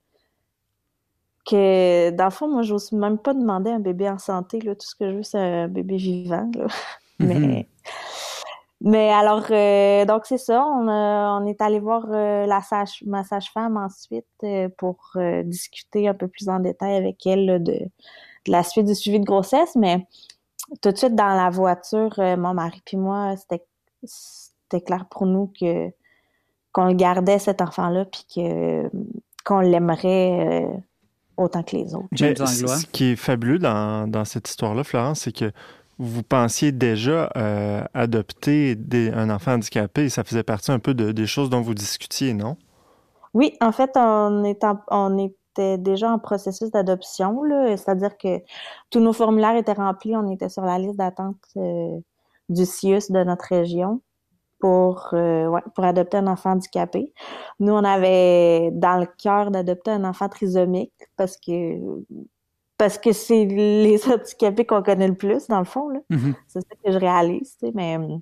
que dans le fond, moi, j'ose même pas demander un bébé en santé, là, tout ce que je veux, c'est un bébé vivant, là. Mm-hmm. Mais alors, donc c'est ça, on est allé voir ma sage-femme ensuite pour discuter un peu plus en détail avec elle là, de la suite du suivi de grossesse, mais tout de suite dans la voiture, mon mari puis moi, c'était clair pour nous qu'on le gardait, cet enfant-là, puis qu'on l'aimerait autant que les autres. James Mais Langlois. ce qui est fabuleux dans cette histoire-là, Florence, c'est que vous pensiez déjà adopter un enfant handicapé. Ça faisait partie un peu des choses dont vous discutiez, non? Oui, en fait, on était déjà en processus d'adoption, là, c'est-à-dire que tous nos formulaires étaient remplis, on était sur la liste d'attente du CIUS de notre région pour adopter un enfant handicapé. Nous, on avait dans le cœur d'adopter un enfant trisomique parce que c'est les handicapés qu'on connaît le plus, dans le fond, là. Mhm. C'est ça que je réalise, tu sais,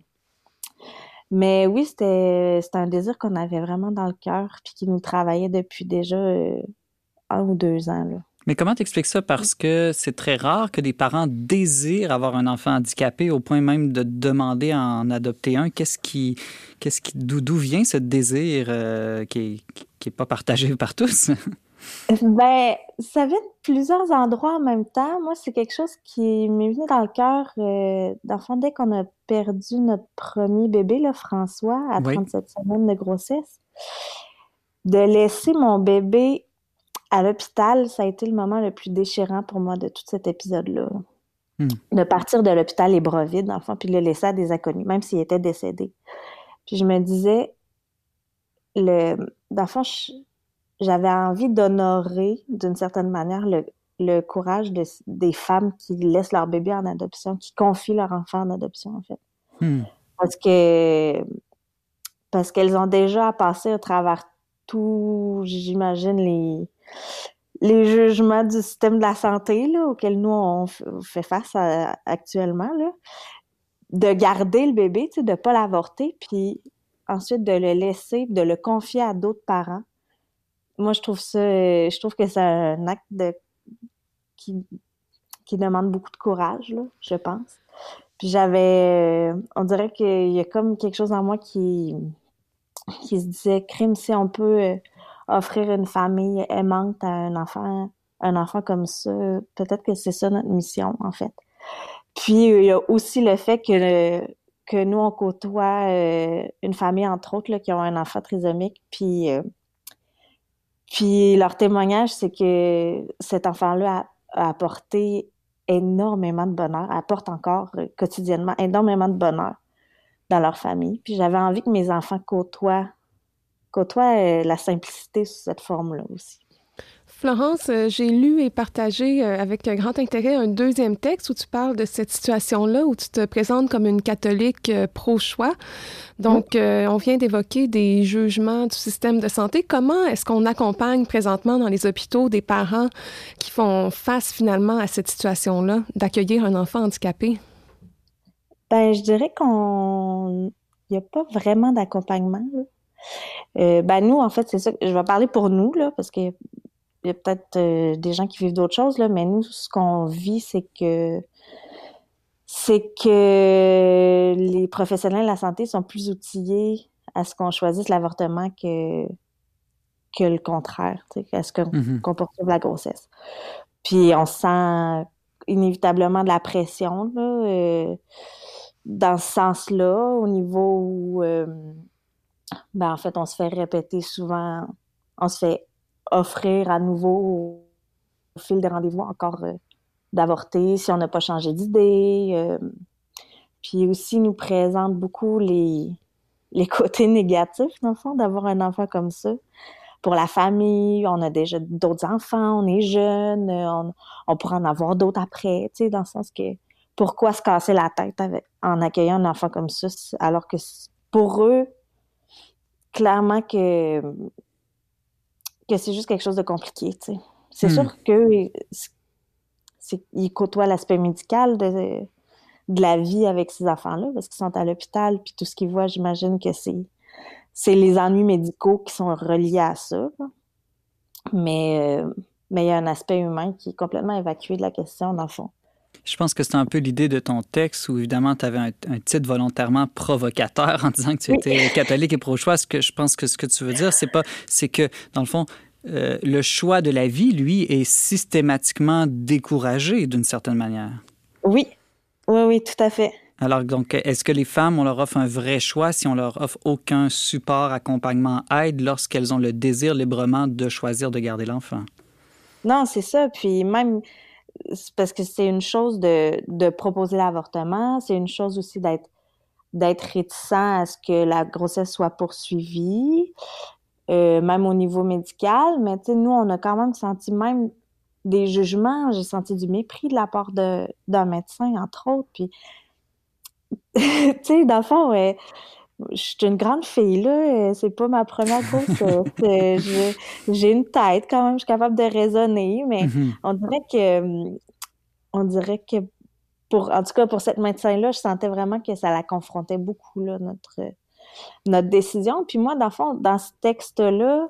mais oui, c'était un désir qu'on avait vraiment dans le cœur puis qui nous travaillait depuis déjà 1 ou 2 ans, là. Mais comment t'expliques ça? Parce que c'est très rare que des parents désirent avoir un enfant handicapé au point même de demander à en adopter un. D'où vient ce désir qui est pas partagé par tous? Ben, ça vient de plusieurs endroits en même temps. Moi, c'est quelque chose qui m'est venu dans le cœur, dans le fond, dès qu'on a perdu notre premier bébé, là, François, à Oui. 37 semaines de grossesse. De laisser mon bébé à l'hôpital, ça a été le moment le plus déchirant pour moi de tout cet épisode-là. De partir de l'hôpital les bras vides, dans le fond, puis de le laisser à des inconnus, même s'il était décédé. Puis je me disais, dans le fond, j'avais envie d'honorer, d'une certaine manière, le courage des femmes qui laissent leur bébé en adoption, qui confient leur enfant en adoption, en fait. Parce qu'elles ont déjà à passer à travers tout, j'imagine, les jugements du système de la santé là, auxquels nous, on fait face actuellement, là. De garder le bébé, tu sais, de ne pas l'avorter, puis ensuite de le laisser, de le confier à d'autres parents. Moi, je trouve que c'est un acte qui demande beaucoup de courage, là, je pense. Puis on dirait qu'il y a comme quelque chose en moi qui se disait, crime, si on peut offrir une famille aimante à un enfant comme ça, peut-être que c'est ça notre mission, en fait. Puis, il y a aussi le fait que nous, on côtoie une famille, entre autres, là, qui ont un enfant trisomique, puis leur témoignage, c'est que cet enfant-là a apporté énormément de bonheur, apporte encore quotidiennement énormément de bonheur dans leur famille. Puis j'avais envie que mes enfants côtoient la simplicité sous cette forme-là aussi. Florence, j'ai lu et partagé avec un grand intérêt un deuxième texte où tu parles de cette situation-là, où tu te présentes comme une catholique pro-choix. Donc, on vient d'évoquer des jugements du système de santé. Comment est-ce qu'on accompagne présentement dans les hôpitaux des parents qui font face finalement à cette situation-là, d'accueillir un enfant handicapé? Ben, je dirais qu'il n'y a pas vraiment d'accompagnement, là. Ben, nous, en fait, c'est ça. Je vais parler pour nous, là, parce que il y a peut-être des gens qui vivent d'autres choses, là, mais nous, ce qu'on vit, c'est que les professionnels de la santé sont plus outillés à ce qu'on choisisse l'avortement que le contraire, tu sais, à ce qu'on poursuive la grossesse. Puis on sent inévitablement de la pression, là, dans ce sens-là, au niveau où, en fait, on se fait répéter souvent, on se fait offrir à nouveau au fil des rendez-vous encore d'avorter si on n'a pas changé d'idée. Puis aussi nous présente beaucoup les côtés négatifs, dans le fond, d'avoir un enfant comme ça. Pour la famille, on a déjà d'autres enfants, on est jeune, on pourra en avoir d'autres après, tu sais, dans le sens que pourquoi se casser la tête en accueillant un enfant comme ça, alors que pour eux, clairement que c'est juste quelque chose de compliqué, tu sais. C'est sûr qu'ils côtoient l'aspect médical de la vie avec ces enfants-là, parce qu'ils sont à l'hôpital, puis tout ce qu'ils voient, j'imagine que c'est les ennuis médicaux qui sont reliés à ça. Mais il y a un aspect humain qui est complètement évacué de la question, dans le fond. Je pense que c'est un peu l'idée de ton texte où, évidemment, tu avais un titre volontairement provocateur en disant que tu étais catholique et pro-choix. Ce que je pense que ce que tu veux dire, c'est que, dans le fond, le choix de la vie, lui, est systématiquement découragé d'une certaine manière. Oui. Oui, oui, tout à fait. Alors, donc, est-ce que les femmes, on leur offre un vrai choix si on leur offre aucun support, accompagnement, aide lorsqu'elles ont le désir librement de choisir de garder l'enfant? Non, c'est ça. Puis même, c'est parce que c'est une chose de proposer l'avortement, c'est une chose aussi d'être réticent à ce que la grossesse soit poursuivie, même au niveau médical. Mais tu sais, nous, on a quand même senti même des jugements. J'ai senti du mépris de la part d'un médecin, entre autres. Puis, tu sais, dans le fond, je suis une grande fille, là. C'est pas ma première grossesse. J'ai une tête quand même, je suis capable de raisonner, mais Mhm. on dirait que en tout cas, pour cette médecin-là, je sentais vraiment que ça la confrontait beaucoup, là, notre décision. Puis moi, dans le fond, dans ce texte-là,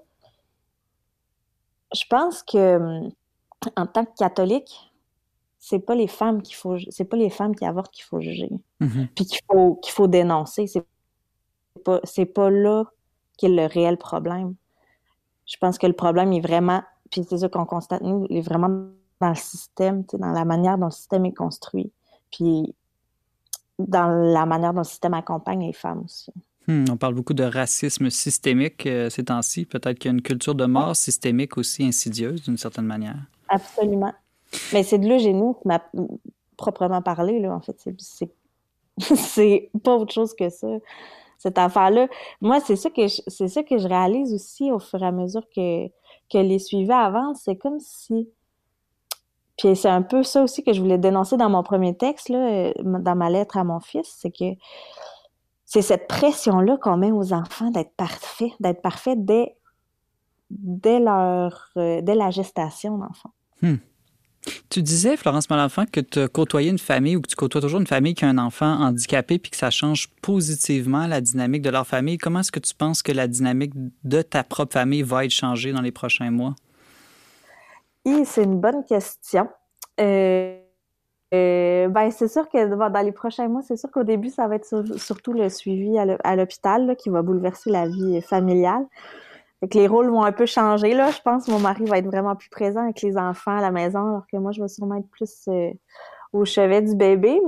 je pense que en tant que catholique, c'est pas les femmes qui avortent qu'il faut juger, Mhm. puis qu'il faut dénoncer. C'est pas là qu'est le réel problème. Je pense que le problème est vraiment, puis c'est ça qu'on constate nous, il est vraiment dans le système, tu sais, dans la manière dont le système est construit, puis dans la manière dont le système accompagne les femmes aussi. On parle beaucoup de racisme systémique ces temps-ci. Peut-être qu'il y a une culture de mort systémique aussi insidieuse d'une certaine manière. Absolument. Mais c'est de l'eugénisme, proprement parlé, là, en fait. C'est pas autre chose que ça, cette affaire-là. Moi, c'est ça que je réalise aussi au fur et à mesure que les suivis avancent. C'est comme si... Puis c'est un peu ça aussi que je voulais dénoncer dans mon premier texte, là, dans ma lettre à mon fils, c'est que c'est cette pression-là qu'on met aux enfants d'être parfaits dès la gestation, dans le fond. Tu disais, Florence Malenfant, que tu as côtoyé une famille ou que tu côtoies toujours une famille qui a un enfant handicapé puis que ça change positivement la dynamique de leur famille. Comment est-ce que tu penses que la dynamique de ta propre famille va être changée dans les prochains mois? C'est une bonne question. Ben, c'est sûr que dans les prochains mois, c'est sûr qu'au début, ça va être surtout le suivi à l'hôpital là, qui va bouleverser la vie familiale. Fait que les rôles vont un peu changer, là. Je pense que mon mari va être vraiment plus présent avec les enfants à la maison, alors que moi, je vais sûrement être plus au chevet du bébé.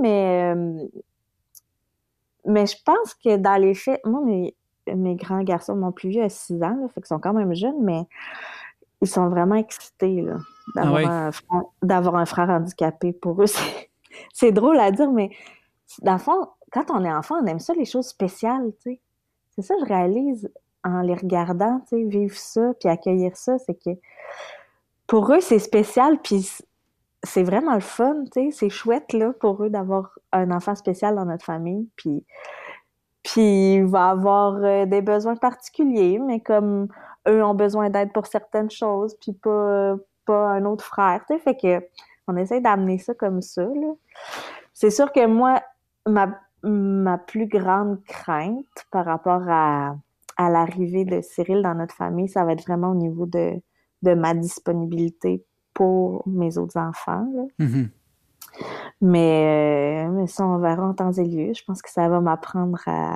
Mais je pense que dans les faits, moi, mes grands garçons, mon plus vieux a 6 ans, là, fait qu'ils sont quand même jeunes, mais ils sont vraiment excités là, d'avoir un frère handicapé. Pour eux, c'est drôle à dire, mais dans le fond, quand on est enfant, on aime ça, les choses spéciales, tu sais. C'est ça que je réalise en les regardant, tu sais, vivre ça, puis accueillir ça, c'est que pour eux, c'est spécial, puis c'est vraiment le fun, tu sais, c'est chouette, là, pour eux d'avoir un enfant spécial dans notre famille, puis il va avoir des besoins particuliers, mais comme eux ont besoin d'aide pour certaines choses, puis pas un autre frère, tu sais, fait que on essaie d'amener ça comme ça, là. C'est sûr que moi, ma plus grande crainte par rapport à l'arrivée de Cyril dans notre famille, ça va être vraiment au niveau de ma disponibilité pour mes autres enfants, là. Mm-hmm. Mais ça, on verra en temps et lieu. Je pense que ça va m'apprendre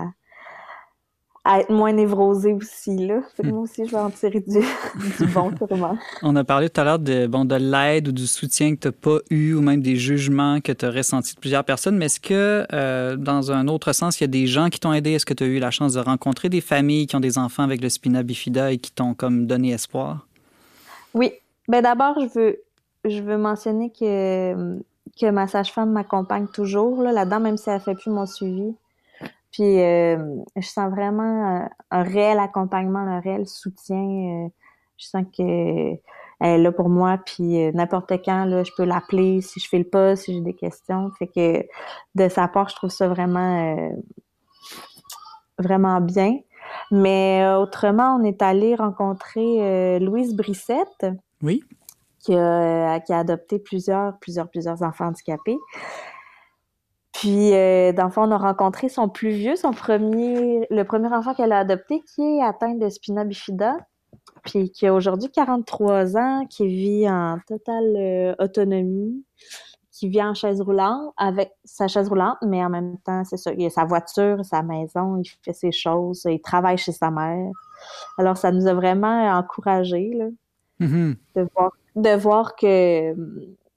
à être moins névrosée aussi, là. Fait que moi aussi, je vais en tirer du bon, sûrement. On a parlé tout à l'heure de l'aide ou du soutien que tu n'as pas eu ou même des jugements que tu as ressentis de plusieurs personnes. Mais est-ce que, dans un autre sens, il y a des gens qui t'ont aidé? Est-ce que tu as eu la chance de rencontrer des familles qui ont des enfants avec le spina bifida et qui t'ont comme donné espoir? Oui. Ben d'abord, je veux mentionner que ma sage-femme m'accompagne toujours là-dedans, même si elle fait plus mon suivi. Puis je sens vraiment un réel accompagnement, un réel soutien. Je sens que elle est là pour moi, puis n'importe quand, là, je peux l'appeler si je file pas, si j'ai des questions. Fait que de sa part, je trouve ça vraiment, vraiment bien. Mais autrement, on est allé rencontrer Louise Brissette. Oui. Qui a adopté plusieurs enfants handicapés. Puis, dans le fond, on a rencontré son plus vieux, le premier enfant qu'elle a adopté, qui est atteint de spina bifida, puis qui a aujourd'hui 43 ans, qui vit en totale autonomie, qui vit en chaise roulante, avec sa chaise roulante, mais en même temps, c'est ça, il a sa voiture, sa maison, il fait ses choses, il travaille chez sa mère. Alors, ça nous a vraiment encouragés, là, Mm-hmm. de voir que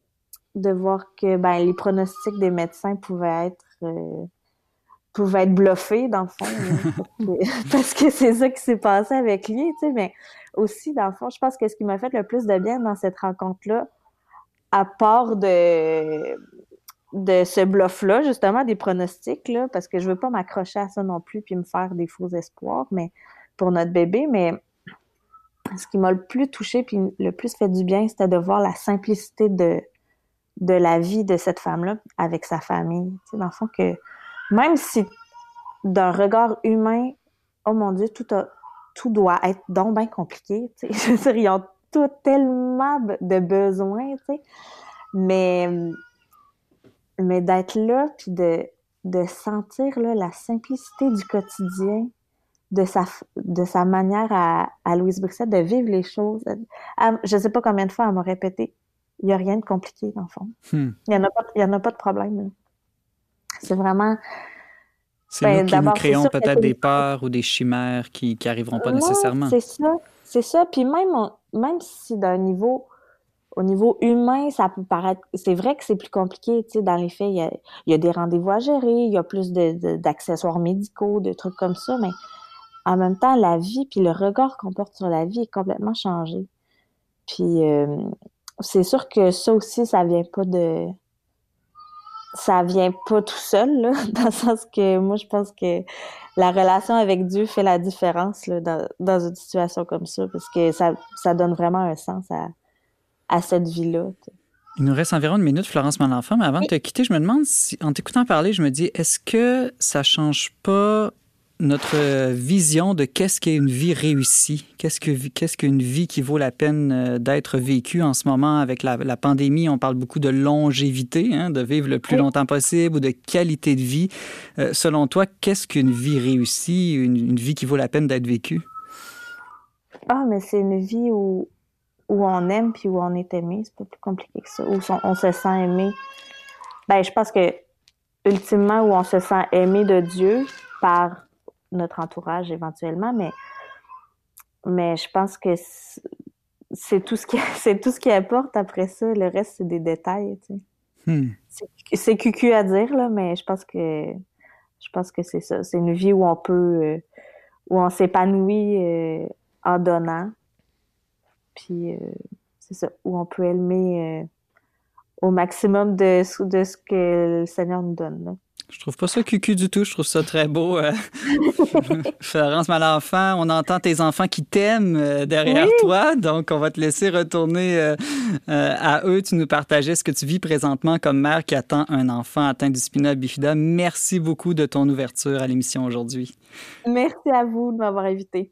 de voir que les pronostics des médecins pouvaient être bluffés, dans le fond, là, parce que c'est ça qui s'est passé avec lui, tu sais, mais aussi, dans le fond, je pense que ce qui m'a fait le plus de bien dans cette rencontre-là, à part de ce bluff-là, justement, des pronostics, là, parce que je veux pas m'accrocher à ça non plus puis me faire des faux espoirs, mais pour notre bébé, mais ce qui m'a le plus touchée puis le plus fait du bien, c'était de voir la simplicité de la vie de cette femme-là avec sa famille. Tu sais, dans le fond, que même si d'un regard humain, oh mon Dieu, tout doit être donc bien compliqué. Tu sais. Je veux dire, ils ont tout tellement de besoins, tu sais. Mais d'être là puis de sentir là, la simplicité du quotidien, de sa manière à Louise Bruxelles de vivre les choses. Je ne sais pas combien de fois elle m'a répété, il n'y a rien de compliqué, dans le fond. Il n'y en a pas de problème. Là. C'est vraiment... C'est nous qui nous créons peut-être des peurs ou des chimères qui n'arriveront pas nécessairement. C'est ça. Puis même si au niveau humain, ça peut paraître... C'est vrai que c'est plus compliqué, tu sais, dans les faits, il y a des rendez-vous à gérer, il y a plus d'accessoires médicaux, de trucs comme ça, mais en même temps, la vie puis le regard qu'on porte sur la vie est complètement changé. Puis c'est sûr que ça aussi, ça vient pas tout seul, là, dans le sens que moi, je pense que la relation avec Dieu fait la différence là, dans une situation comme ça, parce que ça donne vraiment un sens à cette vie-là. T'sais. Il nous reste environ une minute, Florence Malenfant, mais avant de te quitter, je me demande si, en t'écoutant parler, je me dis, est-ce que ça change pas notre vision de qu'est-ce qu'est une vie réussie? Qu'est-ce qu'une vie qui vaut la peine d'être vécue en ce moment avec la pandémie? On parle beaucoup de longévité, hein, de vivre le plus longtemps possible ou de qualité de vie. Selon toi, qu'est-ce qu'une vie réussie, une vie qui vaut la peine d'être vécue? Ah, mais c'est une vie où on aime puis où on est aimé. C'est pas plus compliqué que ça. Où on se sent aimé. Je pense que, ultimement, où on se sent aimé de Dieu par notre entourage éventuellement, mais je pense que c'est tout ce qui importe après ça. Le reste, c'est des détails, tu sais. C'est cucu à dire, là, mais je pense que c'est ça. C'est une vie où où on s'épanouit en donnant. Puis, c'est ça, où on peut aimer au maximum de ce que le Seigneur nous donne, là. Je trouve pas ça cucu du tout. Je trouve ça très beau. Florence Malenfant, on entend tes enfants qui t'aiment derrière toi. Donc, on va te laisser retourner à eux. Tu nous partageais ce que tu vis présentement comme mère qui attend un enfant atteint du spina bifida. Merci beaucoup de ton ouverture à l'émission aujourd'hui. Merci à vous de m'avoir invitée.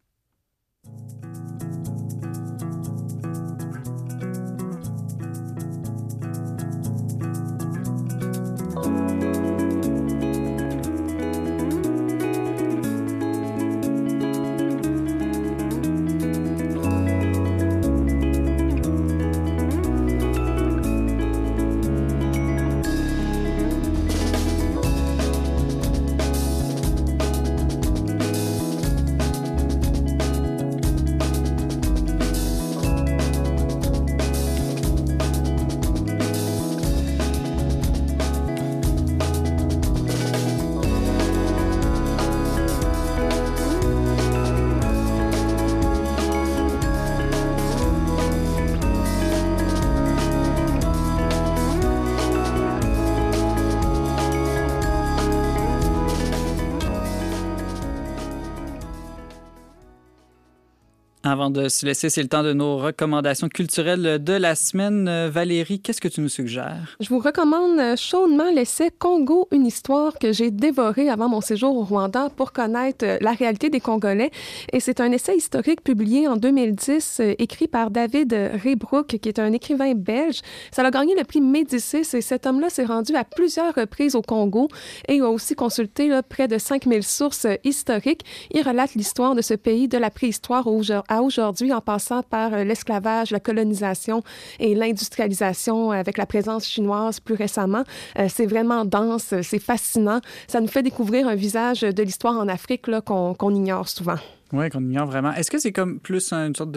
Avant de se laisser, c'est le temps de nos recommandations culturelles de la semaine. Valérie, qu'est-ce que tu nous suggères? Je vous recommande chaudement l'essai « Congo, une histoire » que j'ai dévoré avant mon séjour au Rwanda pour connaître la réalité des Congolais. Et c'est un essai historique publié en 2010, écrit par David Reybrouck, qui est un écrivain belge. Ça a gagné le prix Médicis et cet homme-là s'est rendu à plusieurs reprises au Congo et a aussi consulté près de 5000 sources historiques. Il relate l'histoire de ce pays de la préhistoire à aujourd'hui, en passant par l'esclavage, la colonisation et l'industrialisation avec la présence chinoise plus récemment. C'est vraiment dense, c'est fascinant. Ça nous fait découvrir un visage de l'histoire en Afrique là, qu'on ignore souvent. Oui, qu'on ignore vraiment. Est-ce que c'est comme plus une sorte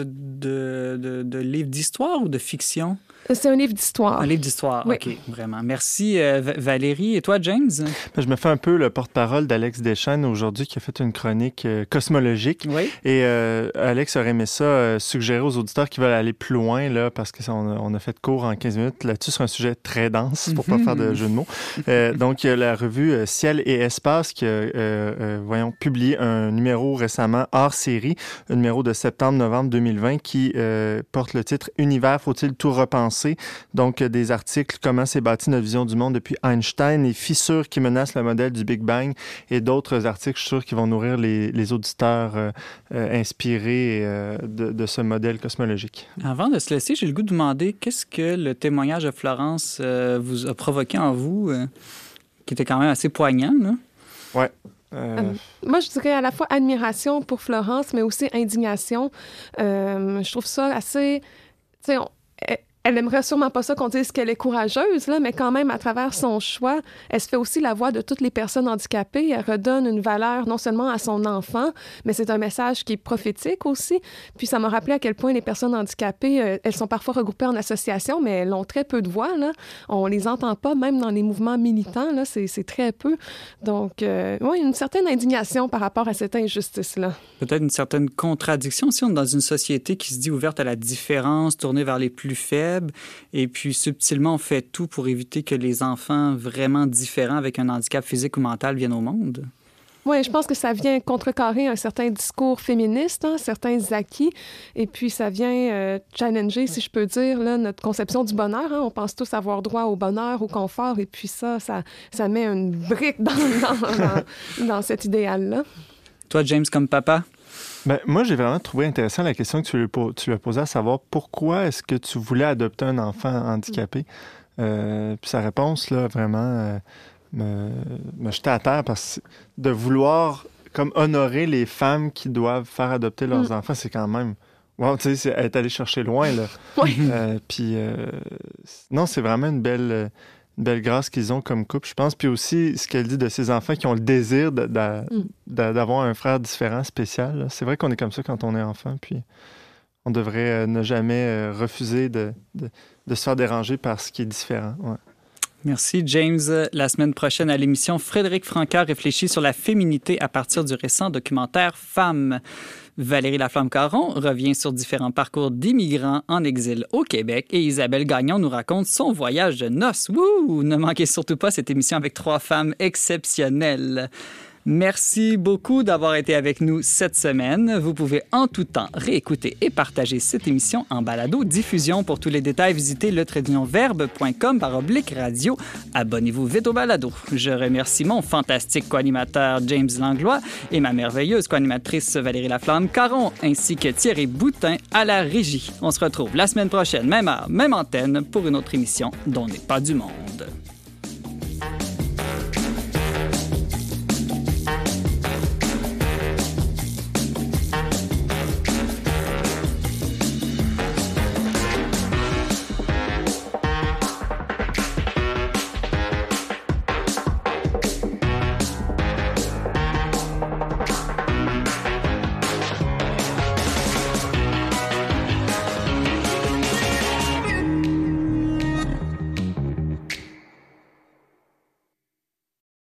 de livre d'histoire ou de fiction? C'est un livre d'histoire. Un livre d'histoire, Oui. OK, vraiment. Merci Valérie. Et toi, James? Je me fais un peu le porte-parole d'Alex Deschênes aujourd'hui qui a fait une chronique cosmologique. Oui. Et Alex aurait aimé ça suggérer aux auditeurs qui veulent aller plus loin, là, parce qu'on a fait court en 15 minutes là-dessus sur un sujet très dense, pour pas faire de jeu de mots. Donc, il y a la revue Ciel et Espace qui a publié un numéro récemment hors série, un numéro de septembre-novembre 2020 qui porte le titre « Univers, faut-il tout repenser ?» Donc, des articles « Comment s'est bâtie notre vision du monde depuis Einstein » et « Fissures qui menacent le modèle du Big Bang » et d'autres articles, je suis sûr, qui vont nourrir les auditeurs inspirés de ce modèle cosmologique. Avant de se laisser, j'ai le goût de demander qu'est-ce que le témoignage de Florence vous a provoqué en vous, qui était quand même assez poignant, là? Ouais. Moi, je dirais à la fois admiration pour Florence, mais aussi indignation. Je trouve ça assez... Tu sais, elle aimerait sûrement pas ça qu'on dise qu'elle est courageuse, là, mais quand même, à travers son choix, elle se fait aussi la voix de toutes les personnes handicapées. Elle redonne une valeur non seulement à son enfant, mais c'est un message qui est prophétique aussi. Puis ça m'a rappelé à quel point les personnes handicapées, elles sont parfois regroupées en associations, mais elles ont très peu de voix, là. On les entend pas, même dans les mouvements militants, là, c'est très peu. Donc, oui, une certaine indignation par rapport à cette injustice-là. Peut-être une certaine contradiction aussi. On est dans une société qui se dit ouverte à la différence, tournée vers les plus faibles. Et puis, subtilement, on fait tout pour éviter que les enfants vraiment différents avec un handicap physique ou mental viennent au monde. Oui, je pense que ça vient contrecarrer un certain discours féministe, hein, certains acquis, et puis ça vient challenger, si je peux dire, là, notre conception du bonheur. Hein. On pense tous avoir droit au bonheur, au confort, et puis ça met une brique dans cet idéal-là. Toi, James, comme papa? Ben, moi, j'ai vraiment trouvé intéressant la question que tu lui as posée, à savoir pourquoi est-ce que tu voulais adopter un enfant handicapé? Puis sa réponse, là, vraiment, me jetait à terre parce que de vouloir comme honorer les femmes qui doivent faire adopter leurs enfants, c'est quand même... Wow, tu sais, elle est allée chercher loin, là. Oui. Puis, non, c'est vraiment une belle grâce qu'ils ont comme couple, je pense. Puis aussi, ce qu'elle dit de ses enfants qui ont le désir d'avoir un frère différent, spécial. Là. C'est vrai qu'on est comme ça quand on est enfant, puis on devrait ne jamais refuser de se faire déranger par ce qui est différent. Ouais. Merci, James. La semaine prochaine, à l'émission, Frédéric Francaire réfléchit sur la féminité à partir du récent documentaire Femmes. Valérie Laflamme-Caron revient sur différents parcours d'immigrants en exil au Québec et Isabelle Gagnon nous raconte son voyage de noces. Wouh! Ne manquez surtout pas cette émission avec 3 femmes exceptionnelles. Merci beaucoup d'avoir été avec nous cette semaine. Vous pouvez en tout temps réécouter et partager cette émission en balado-diffusion. Pour tous les détails, visitez le-verbe.com/radio. Abonnez-vous vite au balado. Je remercie mon fantastique co-animateur James Langlois et ma merveilleuse co-animatrice Valérie Laflamme-Caron, ainsi que Thierry Boutin à la régie. On se retrouve la semaine prochaine, même heure, même antenne, pour une autre émission dont n'est pas du monde.